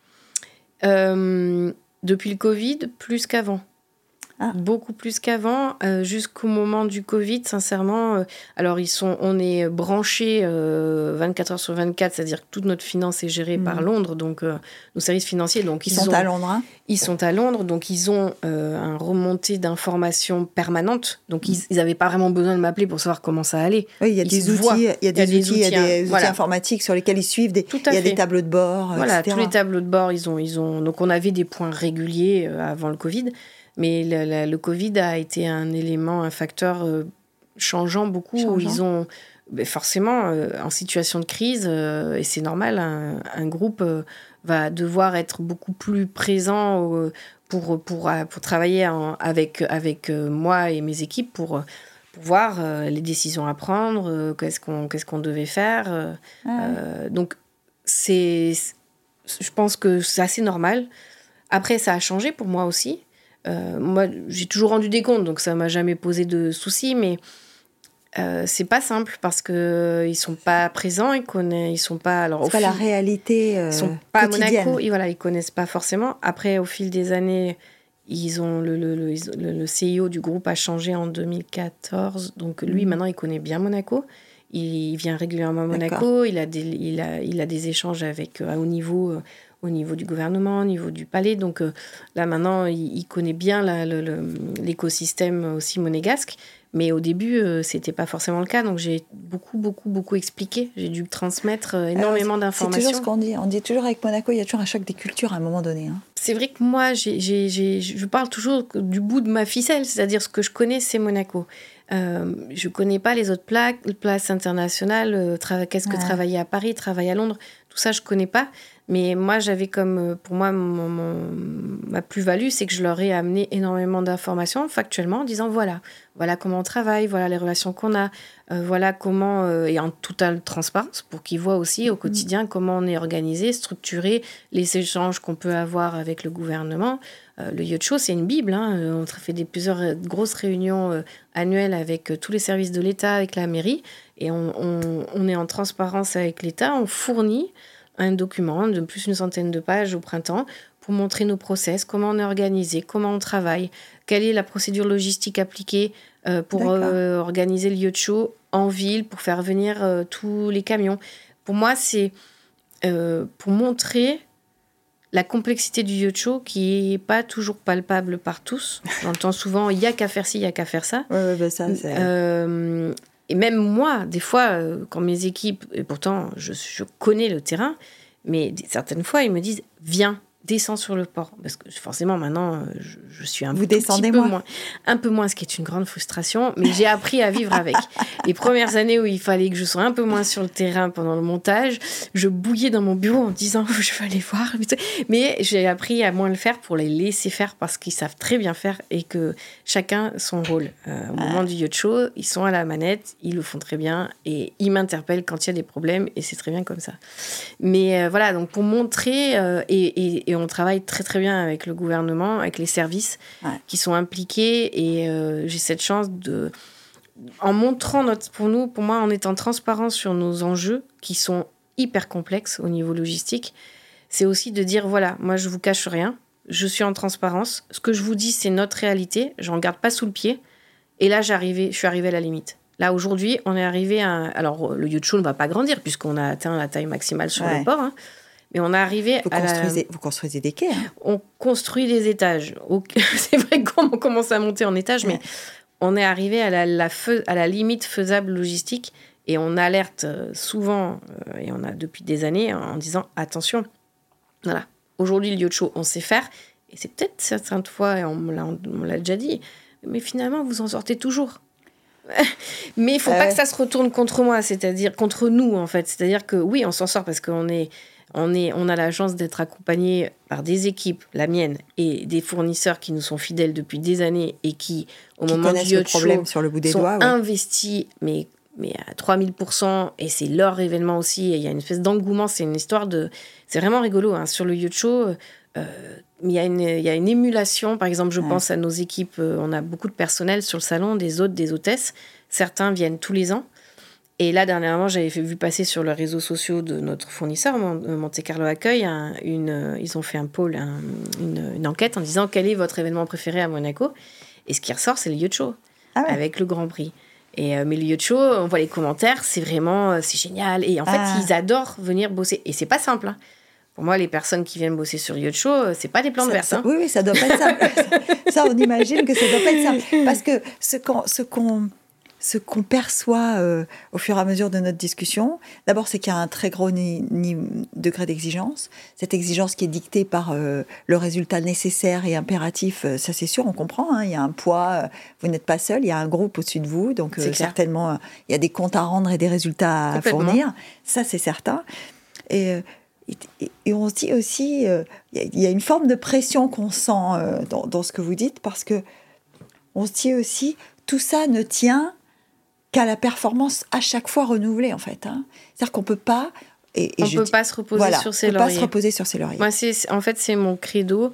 S2: Depuis le Covid, plus qu'avant. Beaucoup plus qu'avant, jusqu'au moment du Covid, sincèrement. Alors, on est branchés 24 heures sur 24, c'est-à-dire que toute notre finance est gérée par Londres, donc nos services financiers. Donc,
S1: ils sont à Londres, hein.
S2: Ils sont à Londres, donc ils ont un remontée d'informations permanente. Donc, ils n'avaient pas vraiment besoin de m'appeler pour savoir comment ça allait.
S1: Oui, il y a des outils informatiques sur lesquels ils suivent. Il y a des tableaux de bord,
S2: voilà,
S1: etc.
S2: Tous les tableaux de bord, ils ont... Donc, on avait des points réguliers avant le Covid. Mais le Covid a été un facteur changeant beaucoup. Où ils ont forcément, en situation de crise, et c'est normal, un groupe va devoir être beaucoup plus présent pour travailler avec moi et mes équipes pour voir les décisions à prendre, qu'est-ce qu'on devait faire. Donc, je pense que c'est assez normal. Après, ça a changé pour moi aussi. Moi, j'ai toujours rendu des comptes, donc ça m'a jamais posé de soucis, mais c'est pas simple parce que ils sont pas présents, ils sont pas. Alors,
S1: c'est pas la réalité
S2: ils sont pas
S1: quotidienne.
S2: À Monaco, ils connaissent pas forcément. Après, au fil des années, ils ont le CEO du groupe a changé en 2014, donc lui maintenant il connaît bien Monaco. Il vient régulièrement à Monaco. Il a des échanges avec à haut niveau. Au niveau du gouvernement, au niveau du palais. Donc là, maintenant, il connaît bien l'écosystème aussi monégasque. Mais au début, c'était pas forcément le cas. Donc, j'ai beaucoup expliqué. J'ai dû transmettre énormément d'informations.
S1: C'est toujours ce qu'on dit. On dit toujours avec Monaco, il y a toujours un choc des cultures à un moment donné. Hein.
S2: C'est vrai que moi, je parle toujours du bout de ma ficelle. C'est-à-dire, ce que je connais, c'est Monaco. Je connais pas les autres places internationales. Qu'est-ce que travailler à Paris, travailler à Londres, tout ça, je connais pas. Mais moi, j'avais pour moi, ma plus-value, c'est que je leur ai amené énormément d'informations factuellement en disant voilà comment on travaille, voilà les relations qu'on a, voilà comment, et en totale transparence pour qu'ils voient aussi au quotidien comment on est organisé, structuré, les échanges qu'on peut avoir avec le gouvernement. Le Yacht Show, c'est une bible. On fait plusieurs grosses réunions annuelles avec tous les services de l'État, avec la mairie, et on est en transparence avec l'État, on fournit un document de plus d'une centaine de pages au printemps pour montrer nos process, comment on est organisé, comment on travaille, quelle est la procédure logistique appliquée pour organiser le Yacht Show en ville, pour faire venir tous les camions. Pour moi, c'est pour montrer la complexité du Yacht Show qui n'est pas toujours palpable par tous. J'entends souvent, il n'y a qu'à faire ci, il n'y a qu'à faire ça.
S1: Ça, c'est...
S2: Et même moi, des fois, quand mes équipes, et pourtant je connais le terrain, mais certaines fois, ils me disent « Viens, descends sur le port ». Parce que forcément, maintenant, je suis un peu moins, ce qui est une grande frustration, mais j'ai appris à vivre avec. Les premières années où il fallait que je sois un peu moins sur le terrain pendant le montage, je bouillais dans mon bureau en me disant « Je vais aller voir ». Mais j'ai appris à moins le faire pour les laisser faire parce qu'ils savent très bien faire et que chacun son rôle. Au moment du Yacht Show, ils sont à la manette, ils le font très bien et ils m'interpellent quand il y a des problèmes et c'est très bien comme ça. Mais voilà, donc pour montrer, et on travaille très très bien avec le gouvernement, avec les services qui sont impliqués et j'ai cette chance en montrant pour moi, en étant transparent sur nos enjeux qui sont hyper complexes au niveau logistique, c'est aussi de dire voilà, moi je vous cache rien, je suis en transparence, ce que je vous dis c'est notre réalité, j'en garde pas sous le pied et là je suis arrivée à la limite. Là, aujourd'hui, on est arrivé à... Alors, le Yacht Show ne va pas grandir puisqu'on a atteint la taille maximale sur le port. Mais on est arrivé
S1: Vous construisez des quais.
S2: On construit des étages. C'est vrai qu'on commence à monter en étage, mais on est arrivé à la limite faisable logistique et on alerte souvent, et on a depuis des années, en disant « Attention, voilà, aujourd'hui, le Yacht Show, on sait faire. » Et c'est peut-être certaines fois, et on l'a déjà dit, mais finalement, vous en sortez toujours. Mais il ne faut pas que ça se retourne contre moi, c'est-à-dire contre nous en fait. C'est-à-dire que oui, on s'en sort parce qu'on on a la chance d'être accompagnés par des équipes, la mienne, et des fournisseurs qui nous sont fidèles depuis des années et qui, au moment du Yacht Show,
S1: sur le bout des
S2: sont
S1: doigts,
S2: investis, mais à 3000%, et c'est leur événement aussi. Et il y a une espèce d'engouement, c'est une histoire de... C'est vraiment rigolo, hein. Sur le Yacht Show... il y a une émulation. Par exemple, je pense à nos équipes. On a beaucoup de personnel sur le salon, des hôtes, des hôtesses. Certains viennent tous les ans. Et là, dernièrement, j'avais vu passer sur les réseaux sociaux de notre fournisseur, Monte Carlo Accueil, ils ont fait un poll, une enquête en disant quel est votre événement préféré à Monaco. Et ce qui ressort, c'est le Yacht Show, avec le Grand Prix. Mais le Yacht Show, on voit les commentaires, c'est vraiment, c'est génial. Et en fait, ils adorent venir bosser. Et c'est pas simple, hein. Pour moi, les personnes qui viennent bosser sur le Yacht Show, c'est pas des plantes vertes. Hein.
S1: Oui, ça doit pas être simple. Ça, on imagine que ça doit pas être simple. Parce que ce qu'on perçoit au fur et à mesure de notre discussion, d'abord, c'est qu'il y a un très gros degré d'exigence. Cette exigence qui est dictée par le résultat nécessaire et impératif, ça c'est sûr, on comprend. Hein, il y a un poids, vous n'êtes pas seul, il y a un groupe au-dessus de vous. Donc certainement, il y a des comptes à rendre et des résultats à fournir. Ça, c'est certain. Et on se dit aussi, il y a une forme de pression qu'on sent dans ce que vous dites, parce que on se dit aussi, tout ça ne tient qu'à la performance à chaque fois renouvelée, en fait. Hein. C'est-à-dire qu'on ne peut pas...
S2: on ne peut pas se reposer sur ses lauriers.
S1: On ne peut pas se reposer sur ses lauriers.
S2: Moi, en fait, c'est mon credo.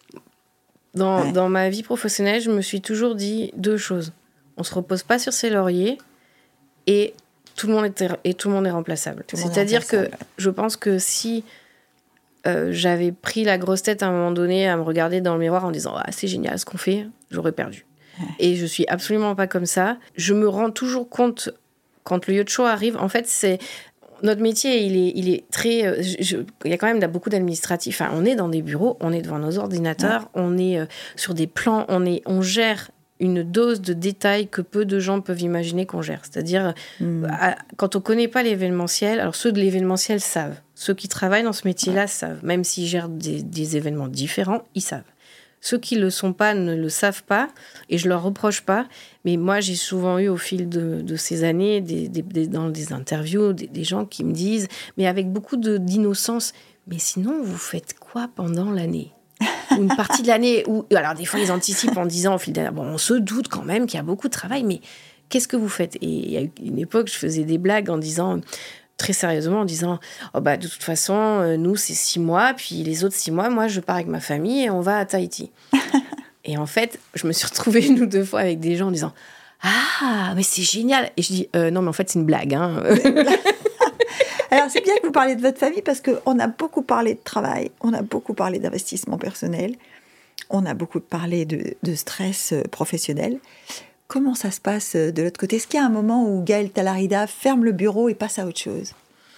S2: Dans ma vie professionnelle, je me suis toujours dit deux choses. On ne se repose pas sur ses lauriers et tout le monde est remplaçable. C'est-à-dire que je pense que si j'avais pris la grosse tête à un moment donné à me regarder dans le miroir en disant « c'est génial ce qu'on fait », j'aurais perdu. Et je suis absolument pas comme ça. Je me rends toujours compte, quand le Yacht Show arrive, en fait, c'est... Notre métier, il est très... il y a quand même beaucoup d'administratifs. Enfin, on est dans des bureaux, on est devant nos ordinateurs, on est sur des plans, on gère une dose de détails que peu de gens peuvent imaginer qu'on gère. C'est-à-dire, quand on connaît pas l'événementiel, alors ceux de l'événementiel savent. Ceux qui travaillent dans ce métier-là savent. Même s'ils gèrent des événements différents, ils savent. Ceux qui ne le sont pas ne le savent pas, et je ne leur reproche pas. Mais moi, j'ai souvent eu, au fil de ces années, dans des interviews, des gens qui me disent, mais avec beaucoup d'innocence, « mais sinon, vous faites quoi pendant l'année ? Ou une partie de l'année où... Alors, des fois, ils anticipent en disant, au fil de l'année, bon, on se doute quand même qu'il y a beaucoup de travail, mais qu'est-ce que vous faites ? Et il y a eu une époque, je faisais des blagues en disant... très sérieusement en disant de toute façon nous c'est 6 mois puis les autres 6 mois moi je pars avec ma famille et on va à Tahiti. Et en fait je me suis retrouvée une ou deux fois avec des gens en disant mais c'est génial, et je dis non mais en fait c'est une blague hein.
S1: Alors c'est bien que vous parliez de votre famille parce qu'on a beaucoup parlé de travail, on a beaucoup parlé d'investissement personnel, on a beaucoup parlé de stress professionnel. Comment ça se passe de l'autre côté ? Est-ce qu'il y a un moment où Gaëlle Talarida ferme le bureau et passe à autre chose ?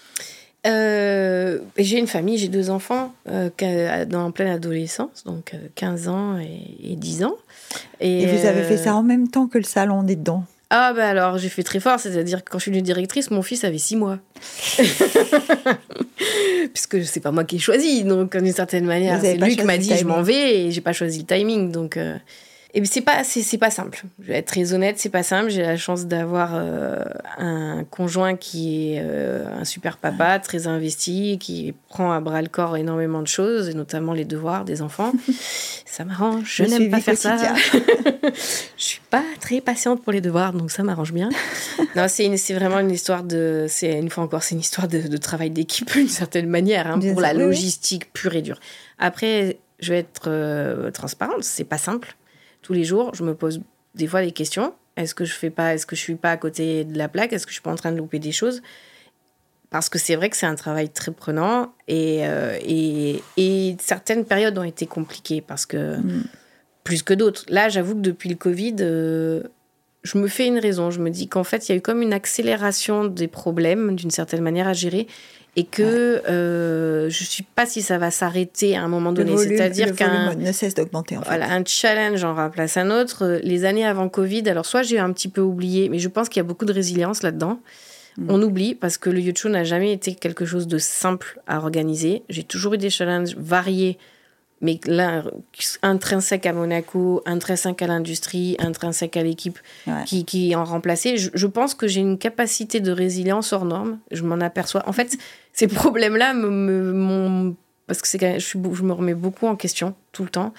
S2: J'ai une famille, j'ai 2 enfants en pleine adolescence, donc 15 ans et 10 ans.
S1: Et vous avez fait ça en même temps que le salon des dents ?
S2: Alors j'ai fait très fort, c'est-à-dire que quand je suis devenue directrice, mon fils avait 6 mois. Puisque c'est pas moi qui ai choisi, donc d'une certaine manière, c'est lui qui m'a dit je m'en vais et j'ai pas choisi le timing, donc... Et c'est pas simple. Je vais être très honnête, c'est pas simple. J'ai la chance d'avoir un conjoint qui est un super papa, très investi, qui prend à bras le corps énormément de choses, et notamment les devoirs des enfants. Ça m'arrange. Je n'aime pas faire ça. Je suis pas très patiente pour les devoirs, donc ça m'arrange bien. Non, c'est vraiment une histoire de... une fois encore, c'est une histoire de travail d'équipe, d'une certaine manière, hein, pour la logistique pure et dure. Après, je vais être transparente, c'est pas simple. Tous les jours, je me pose des fois des questions. Est-ce que je suis pas à côté de la plaque ? Est-ce que je suis pas en train de louper des choses ? Parce que c'est vrai que c'est un travail très prenant et certaines périodes ont été compliquées parce que plus que d'autres. Là, j'avoue que depuis le Covid, je me fais une raison. Je me dis qu'en fait, il y a eu comme une accélération des problèmes d'une certaine manière à gérer. Et que je ne sais pas si ça va s'arrêter à un moment donné. C'est-à-dire
S1: qu'un volume ne cesse d'augmenter, en fait.
S2: Voilà, un challenge en remplace un autre. Les années avant Covid, alors soit j'ai un petit peu oublié, mais je pense qu'il y a beaucoup de résilience là-dedans. On oublie parce que le Youth Show n'a jamais été quelque chose de simple à organiser. J'ai toujours eu des challenges variés, mais là, intrinsèques à Monaco, intrinsèques à l'industrie, intrinsèques à l'équipe qui en remplaçait. Je pense que j'ai une capacité de résilience hors norme. Je m'en aperçois. En fait, ces problèmes-là parce que je me remets beaucoup en question tout le temps.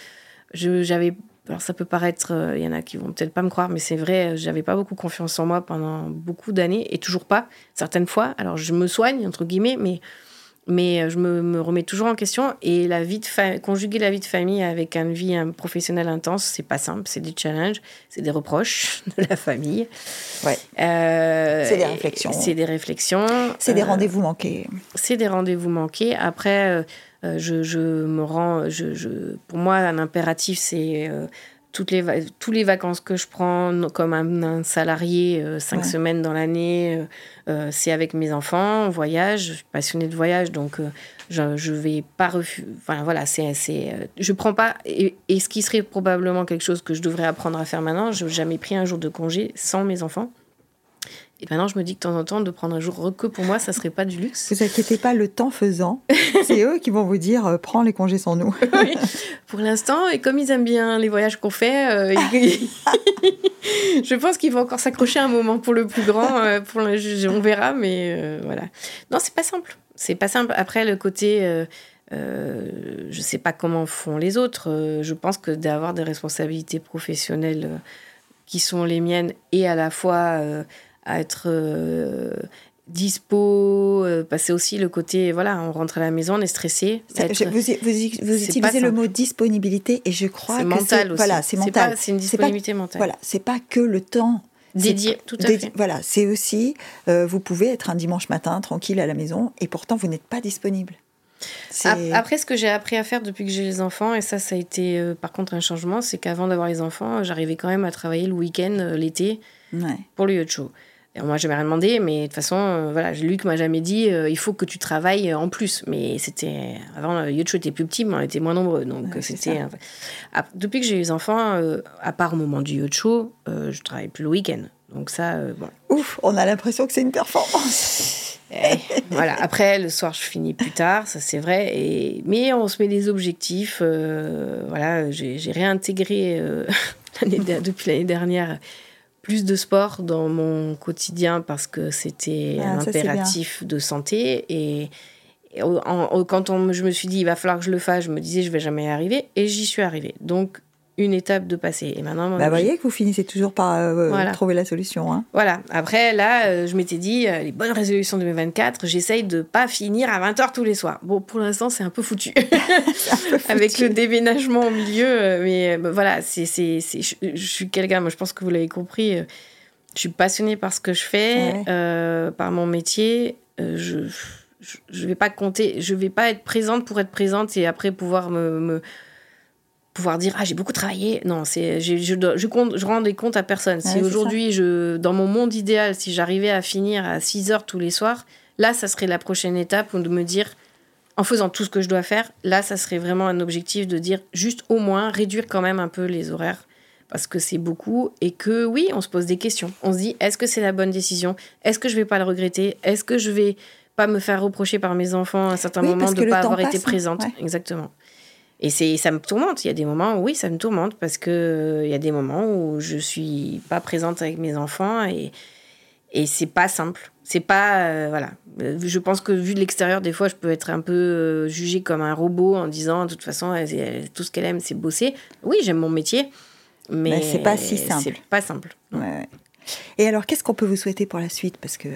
S2: Alors ça peut paraître, il y en a qui vont peut-être pas me croire, mais c'est vrai, j'avais pas beaucoup confiance en moi pendant beaucoup d'années et toujours pas certaines fois. Alors je me soigne entre guillemets, mais je me remets toujours en question, et conjuguer la vie de famille avec une vie professionnelle intense, c'est pas simple, c'est des challenges, c'est des reproches de la famille.
S1: Ouais. C'est des réflexions.
S2: C'est des réflexions.
S1: C'est des rendez-vous manqués.
S2: C'est des rendez-vous manqués. Après, pour moi, un impératif, c'est tous les vacances que je prends comme un salarié, 5 semaines dans l'année, c'est avec mes enfants, on voyage, je suis passionnée de voyage, donc je vais pas refuser. Enfin voilà, je prends pas, et ce qui serait probablement quelque chose que je devrais apprendre à faire maintenant, je n'ai jamais pris un jour de congé sans mes enfants. Et maintenant, je me dis que de temps en temps, de prendre un jour que pour moi, ça serait pas du luxe.
S1: Vous inquiétez pas, le temps faisant, c'est eux qui vont vous dire prends les congés sans nous.
S2: Oui, pour l'instant, et comme ils aiment bien les voyages qu'on fait, je pense qu'ils vont encore s'accrocher un moment pour le plus grand. On verra, mais voilà. Non, c'est pas simple. C'est pas simple. Après, le côté, je sais pas comment font les autres. Je pense que d'avoir des responsabilités professionnelles qui sont les miennes, et à la fois à être dispo, passer aussi le côté, voilà, on rentre à la maison, on est stressé.
S1: Vous utilisez le mot disponibilité, et je crois
S2: c'est
S1: que
S2: mental aussi.
S1: Voilà, c'est mental.
S2: C'est une disponibilité mentale.
S1: Voilà, c'est pas que le temps
S2: dédié, tout à fait.
S1: Voilà, c'est aussi, vous pouvez être un dimanche matin tranquille à la maison, et pourtant vous n'êtes pas disponible.
S2: Après, ce que j'ai appris à faire depuis que j'ai les enfants, et ça a été par contre un changement, c'est qu'avant d'avoir les enfants, j'arrivais quand même à travailler le week-end, l'été, pour le Youth Show. Et moi, je n'ai rien demandé, mais de toute façon, voilà, Luc m'a jamais dit il faut que tu travailles en plus. Mais c'était avant, le Youth Show était plus petit, mais on était moins nombreux. Donc, c'était. Depuis que j'ai eu les enfants, à part au moment du Youth Show, je ne travaille plus le week-end. Donc, ça, bon.
S1: Ouf, on a l'impression que c'est une performance.
S2: Voilà. Après, le soir, je finis plus tard, ça c'est vrai. Mais on se met des objectifs. Voilà, j'ai réintégré depuis l'année dernière plus de sport dans mon quotidien parce que c'était un impératif de santé. Quand je me suis dit, il va falloir que je le fasse, je me disais, je vais jamais y arriver. Et j'y suis arrivée. Donc, une étape de passé. Et maintenant,
S1: vous voyez que vous finissez toujours par trouver la solution. Hein.
S2: Voilà. Après, là, je m'étais dit, les bonnes résolutions 2024, j'essaye de pas finir à 20h tous les soirs. Bon, pour l'instant, c'est un peu foutu. Avec le déménagement au milieu. Mais voilà, je suis quelqu'un, moi, je pense que vous l'avez compris, je suis passionnée par ce que je fais, par mon métier. Je vais pas compter, je vais pas être présente pour être présente et après pouvoir pouvoir dire j'ai beaucoup travaillé. Non, je rends des comptes à personne. Si aujourd'hui dans mon monde idéal, si j'arrivais à finir à 6h tous les soirs, là ça serait la prochaine étape de me dire, en faisant tout ce que je dois faire, là ça serait vraiment un objectif de dire juste au moins réduire quand même un peu les horaires parce que c'est beaucoup et que oui, on se pose des questions. On se dit, est-ce que c'est la bonne décision ? Est-ce que je vais pas le regretter ? Est-ce que je vais pas me faire reprocher par mes enfants à un certain moment de ne pas avoir été présente ? Exactement. Et ça me tourmente. Il y a des moments où oui, ça me tourmente parce qu'il y a des moments où je suis pas présente avec mes enfants et c'est pas simple. C'est pas... voilà. Je pense que vu de l'extérieur, des fois, je peux être un peu jugée comme un robot en disant, de toute façon, tout ce qu'elle aime, c'est bosser. Oui, j'aime mon métier, mais
S1: c'est pas si simple.
S2: C'est pas simple.
S1: Ouais. Et alors, qu'est-ce qu'on peut vous souhaiter pour la suite ? Parce que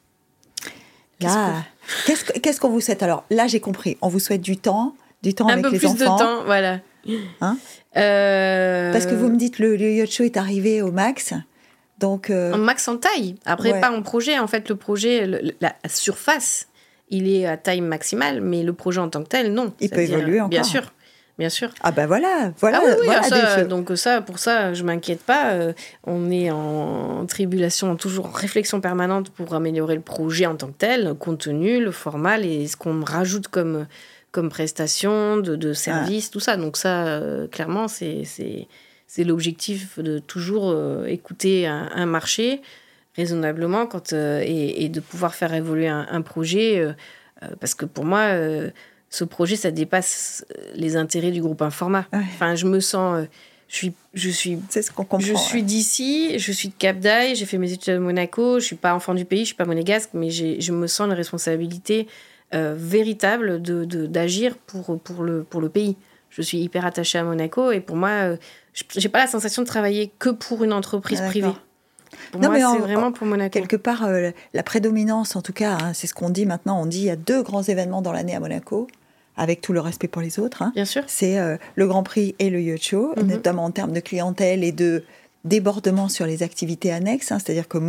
S1: là, qu'est-ce qu'on vous souhaite ? Alors, là, j'ai compris. On vous souhaite du temps avec les enfants. Un peu plus de temps,
S2: voilà.
S1: Hein parce que vous me dites le yacht show est arrivé au max. Donc
S2: en max en taille. Après, pas en projet. En fait, le projet, la surface, il est à taille maximale, mais le projet en tant que tel, non.
S1: Il peut évoluer encore.
S2: Bien sûr.
S1: Ah ben voilà.
S2: Ah oui, donc pour ça, je m'inquiète pas. On est en tribulation, toujours en réflexion permanente pour améliorer le projet en tant que tel, le contenu, le format, et ce qu'on rajoute comme prestation, de service, tout ça. Donc ça, clairement, c'est l'objectif de toujours écouter un marché raisonnablement et de pouvoir faire évoluer un projet. Parce que pour moi, ce projet, ça dépasse les intérêts du groupe Informa. Ouais. Enfin, je me sens...
S1: c'est ce qu'on comprend.
S2: Je suis d'ici, je suis de Cap d'Aille, j'ai fait mes études à Monaco, je suis pas enfant du pays, je suis pas monégasque, mais je me sens une responsabilité véritable d'agir pour le pays. Je suis hyper attachée à Monaco et pour moi, j'ai pas la sensation de travailler que pour une entreprise privée. Pour moi, c'est vraiment pour Monaco.
S1: Quelque part, la prédominance, en tout cas, hein, c'est ce qu'on dit maintenant. On dit il y a 2 grands événements dans l'année à Monaco, avec tout le respect pour les autres. Hein.
S2: Bien sûr.
S1: C'est le Grand Prix et le Yacht Show, notamment en termes de clientèle et de débordement sur les activités annexes. Hein, c'est-à-dire que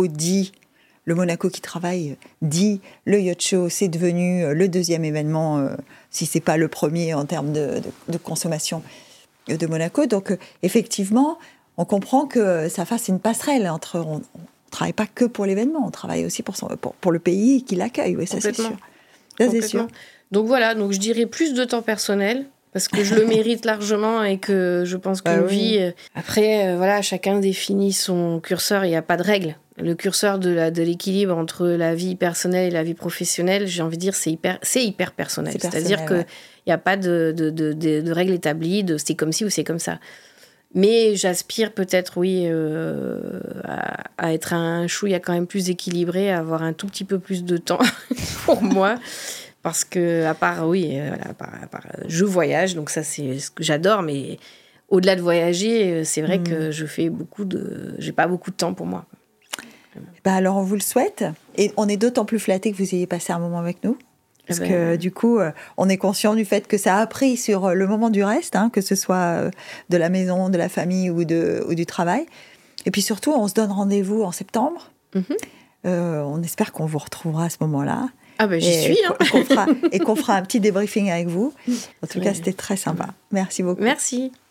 S1: le Monaco qui travaille dit le Yacht Show, c'est devenu le 2e événement, si c'est pas le premier en termes de consommation de Monaco. Donc, effectivement, on comprend que ça fasse une passerelle entre... On ne travaille pas que pour l'événement, on travaille aussi pour le pays qui l'accueille. Oui, ça, c'est sûr. Ça, c'est sûr.
S2: Donc voilà, je dirais plus de temps personnel, parce que je le mérite largement et que je pense qu'une vie... Après, voilà, chacun définit son curseur, il n'y a pas de règle. Le curseur de l'équilibre entre la vie personnelle et la vie professionnelle, j'ai envie de dire, c'est hyper personnel. C'est-à-dire qu'il n'y a pas de règle établie, de c'est comme ci ou c'est comme ça. Mais j'aspire peut-être, à être un chouïa quand même plus équilibré, à avoir un tout petit peu plus de temps pour moi. Parce que, à part, je voyage, donc ça, c'est ce que j'adore, mais au-delà de voyager, c'est vrai que j'ai pas beaucoup de temps pour moi.
S1: Alors, on vous le souhaite. Et on est d'autant plus flattés que vous ayez passé un moment avec nous. Parce que du coup, on est conscient du fait que ça a pris sur le moment du reste, hein, que ce soit de la maison, de la famille ou du travail. Et puis surtout, on se donne rendez-vous en septembre. On espère qu'on vous retrouvera à ce moment-là.
S2: Ah ben j'y suis.
S1: Qu'on fera un petit débriefing avec vous. En tout cas, c'était très sympa. Merci beaucoup.
S2: Merci.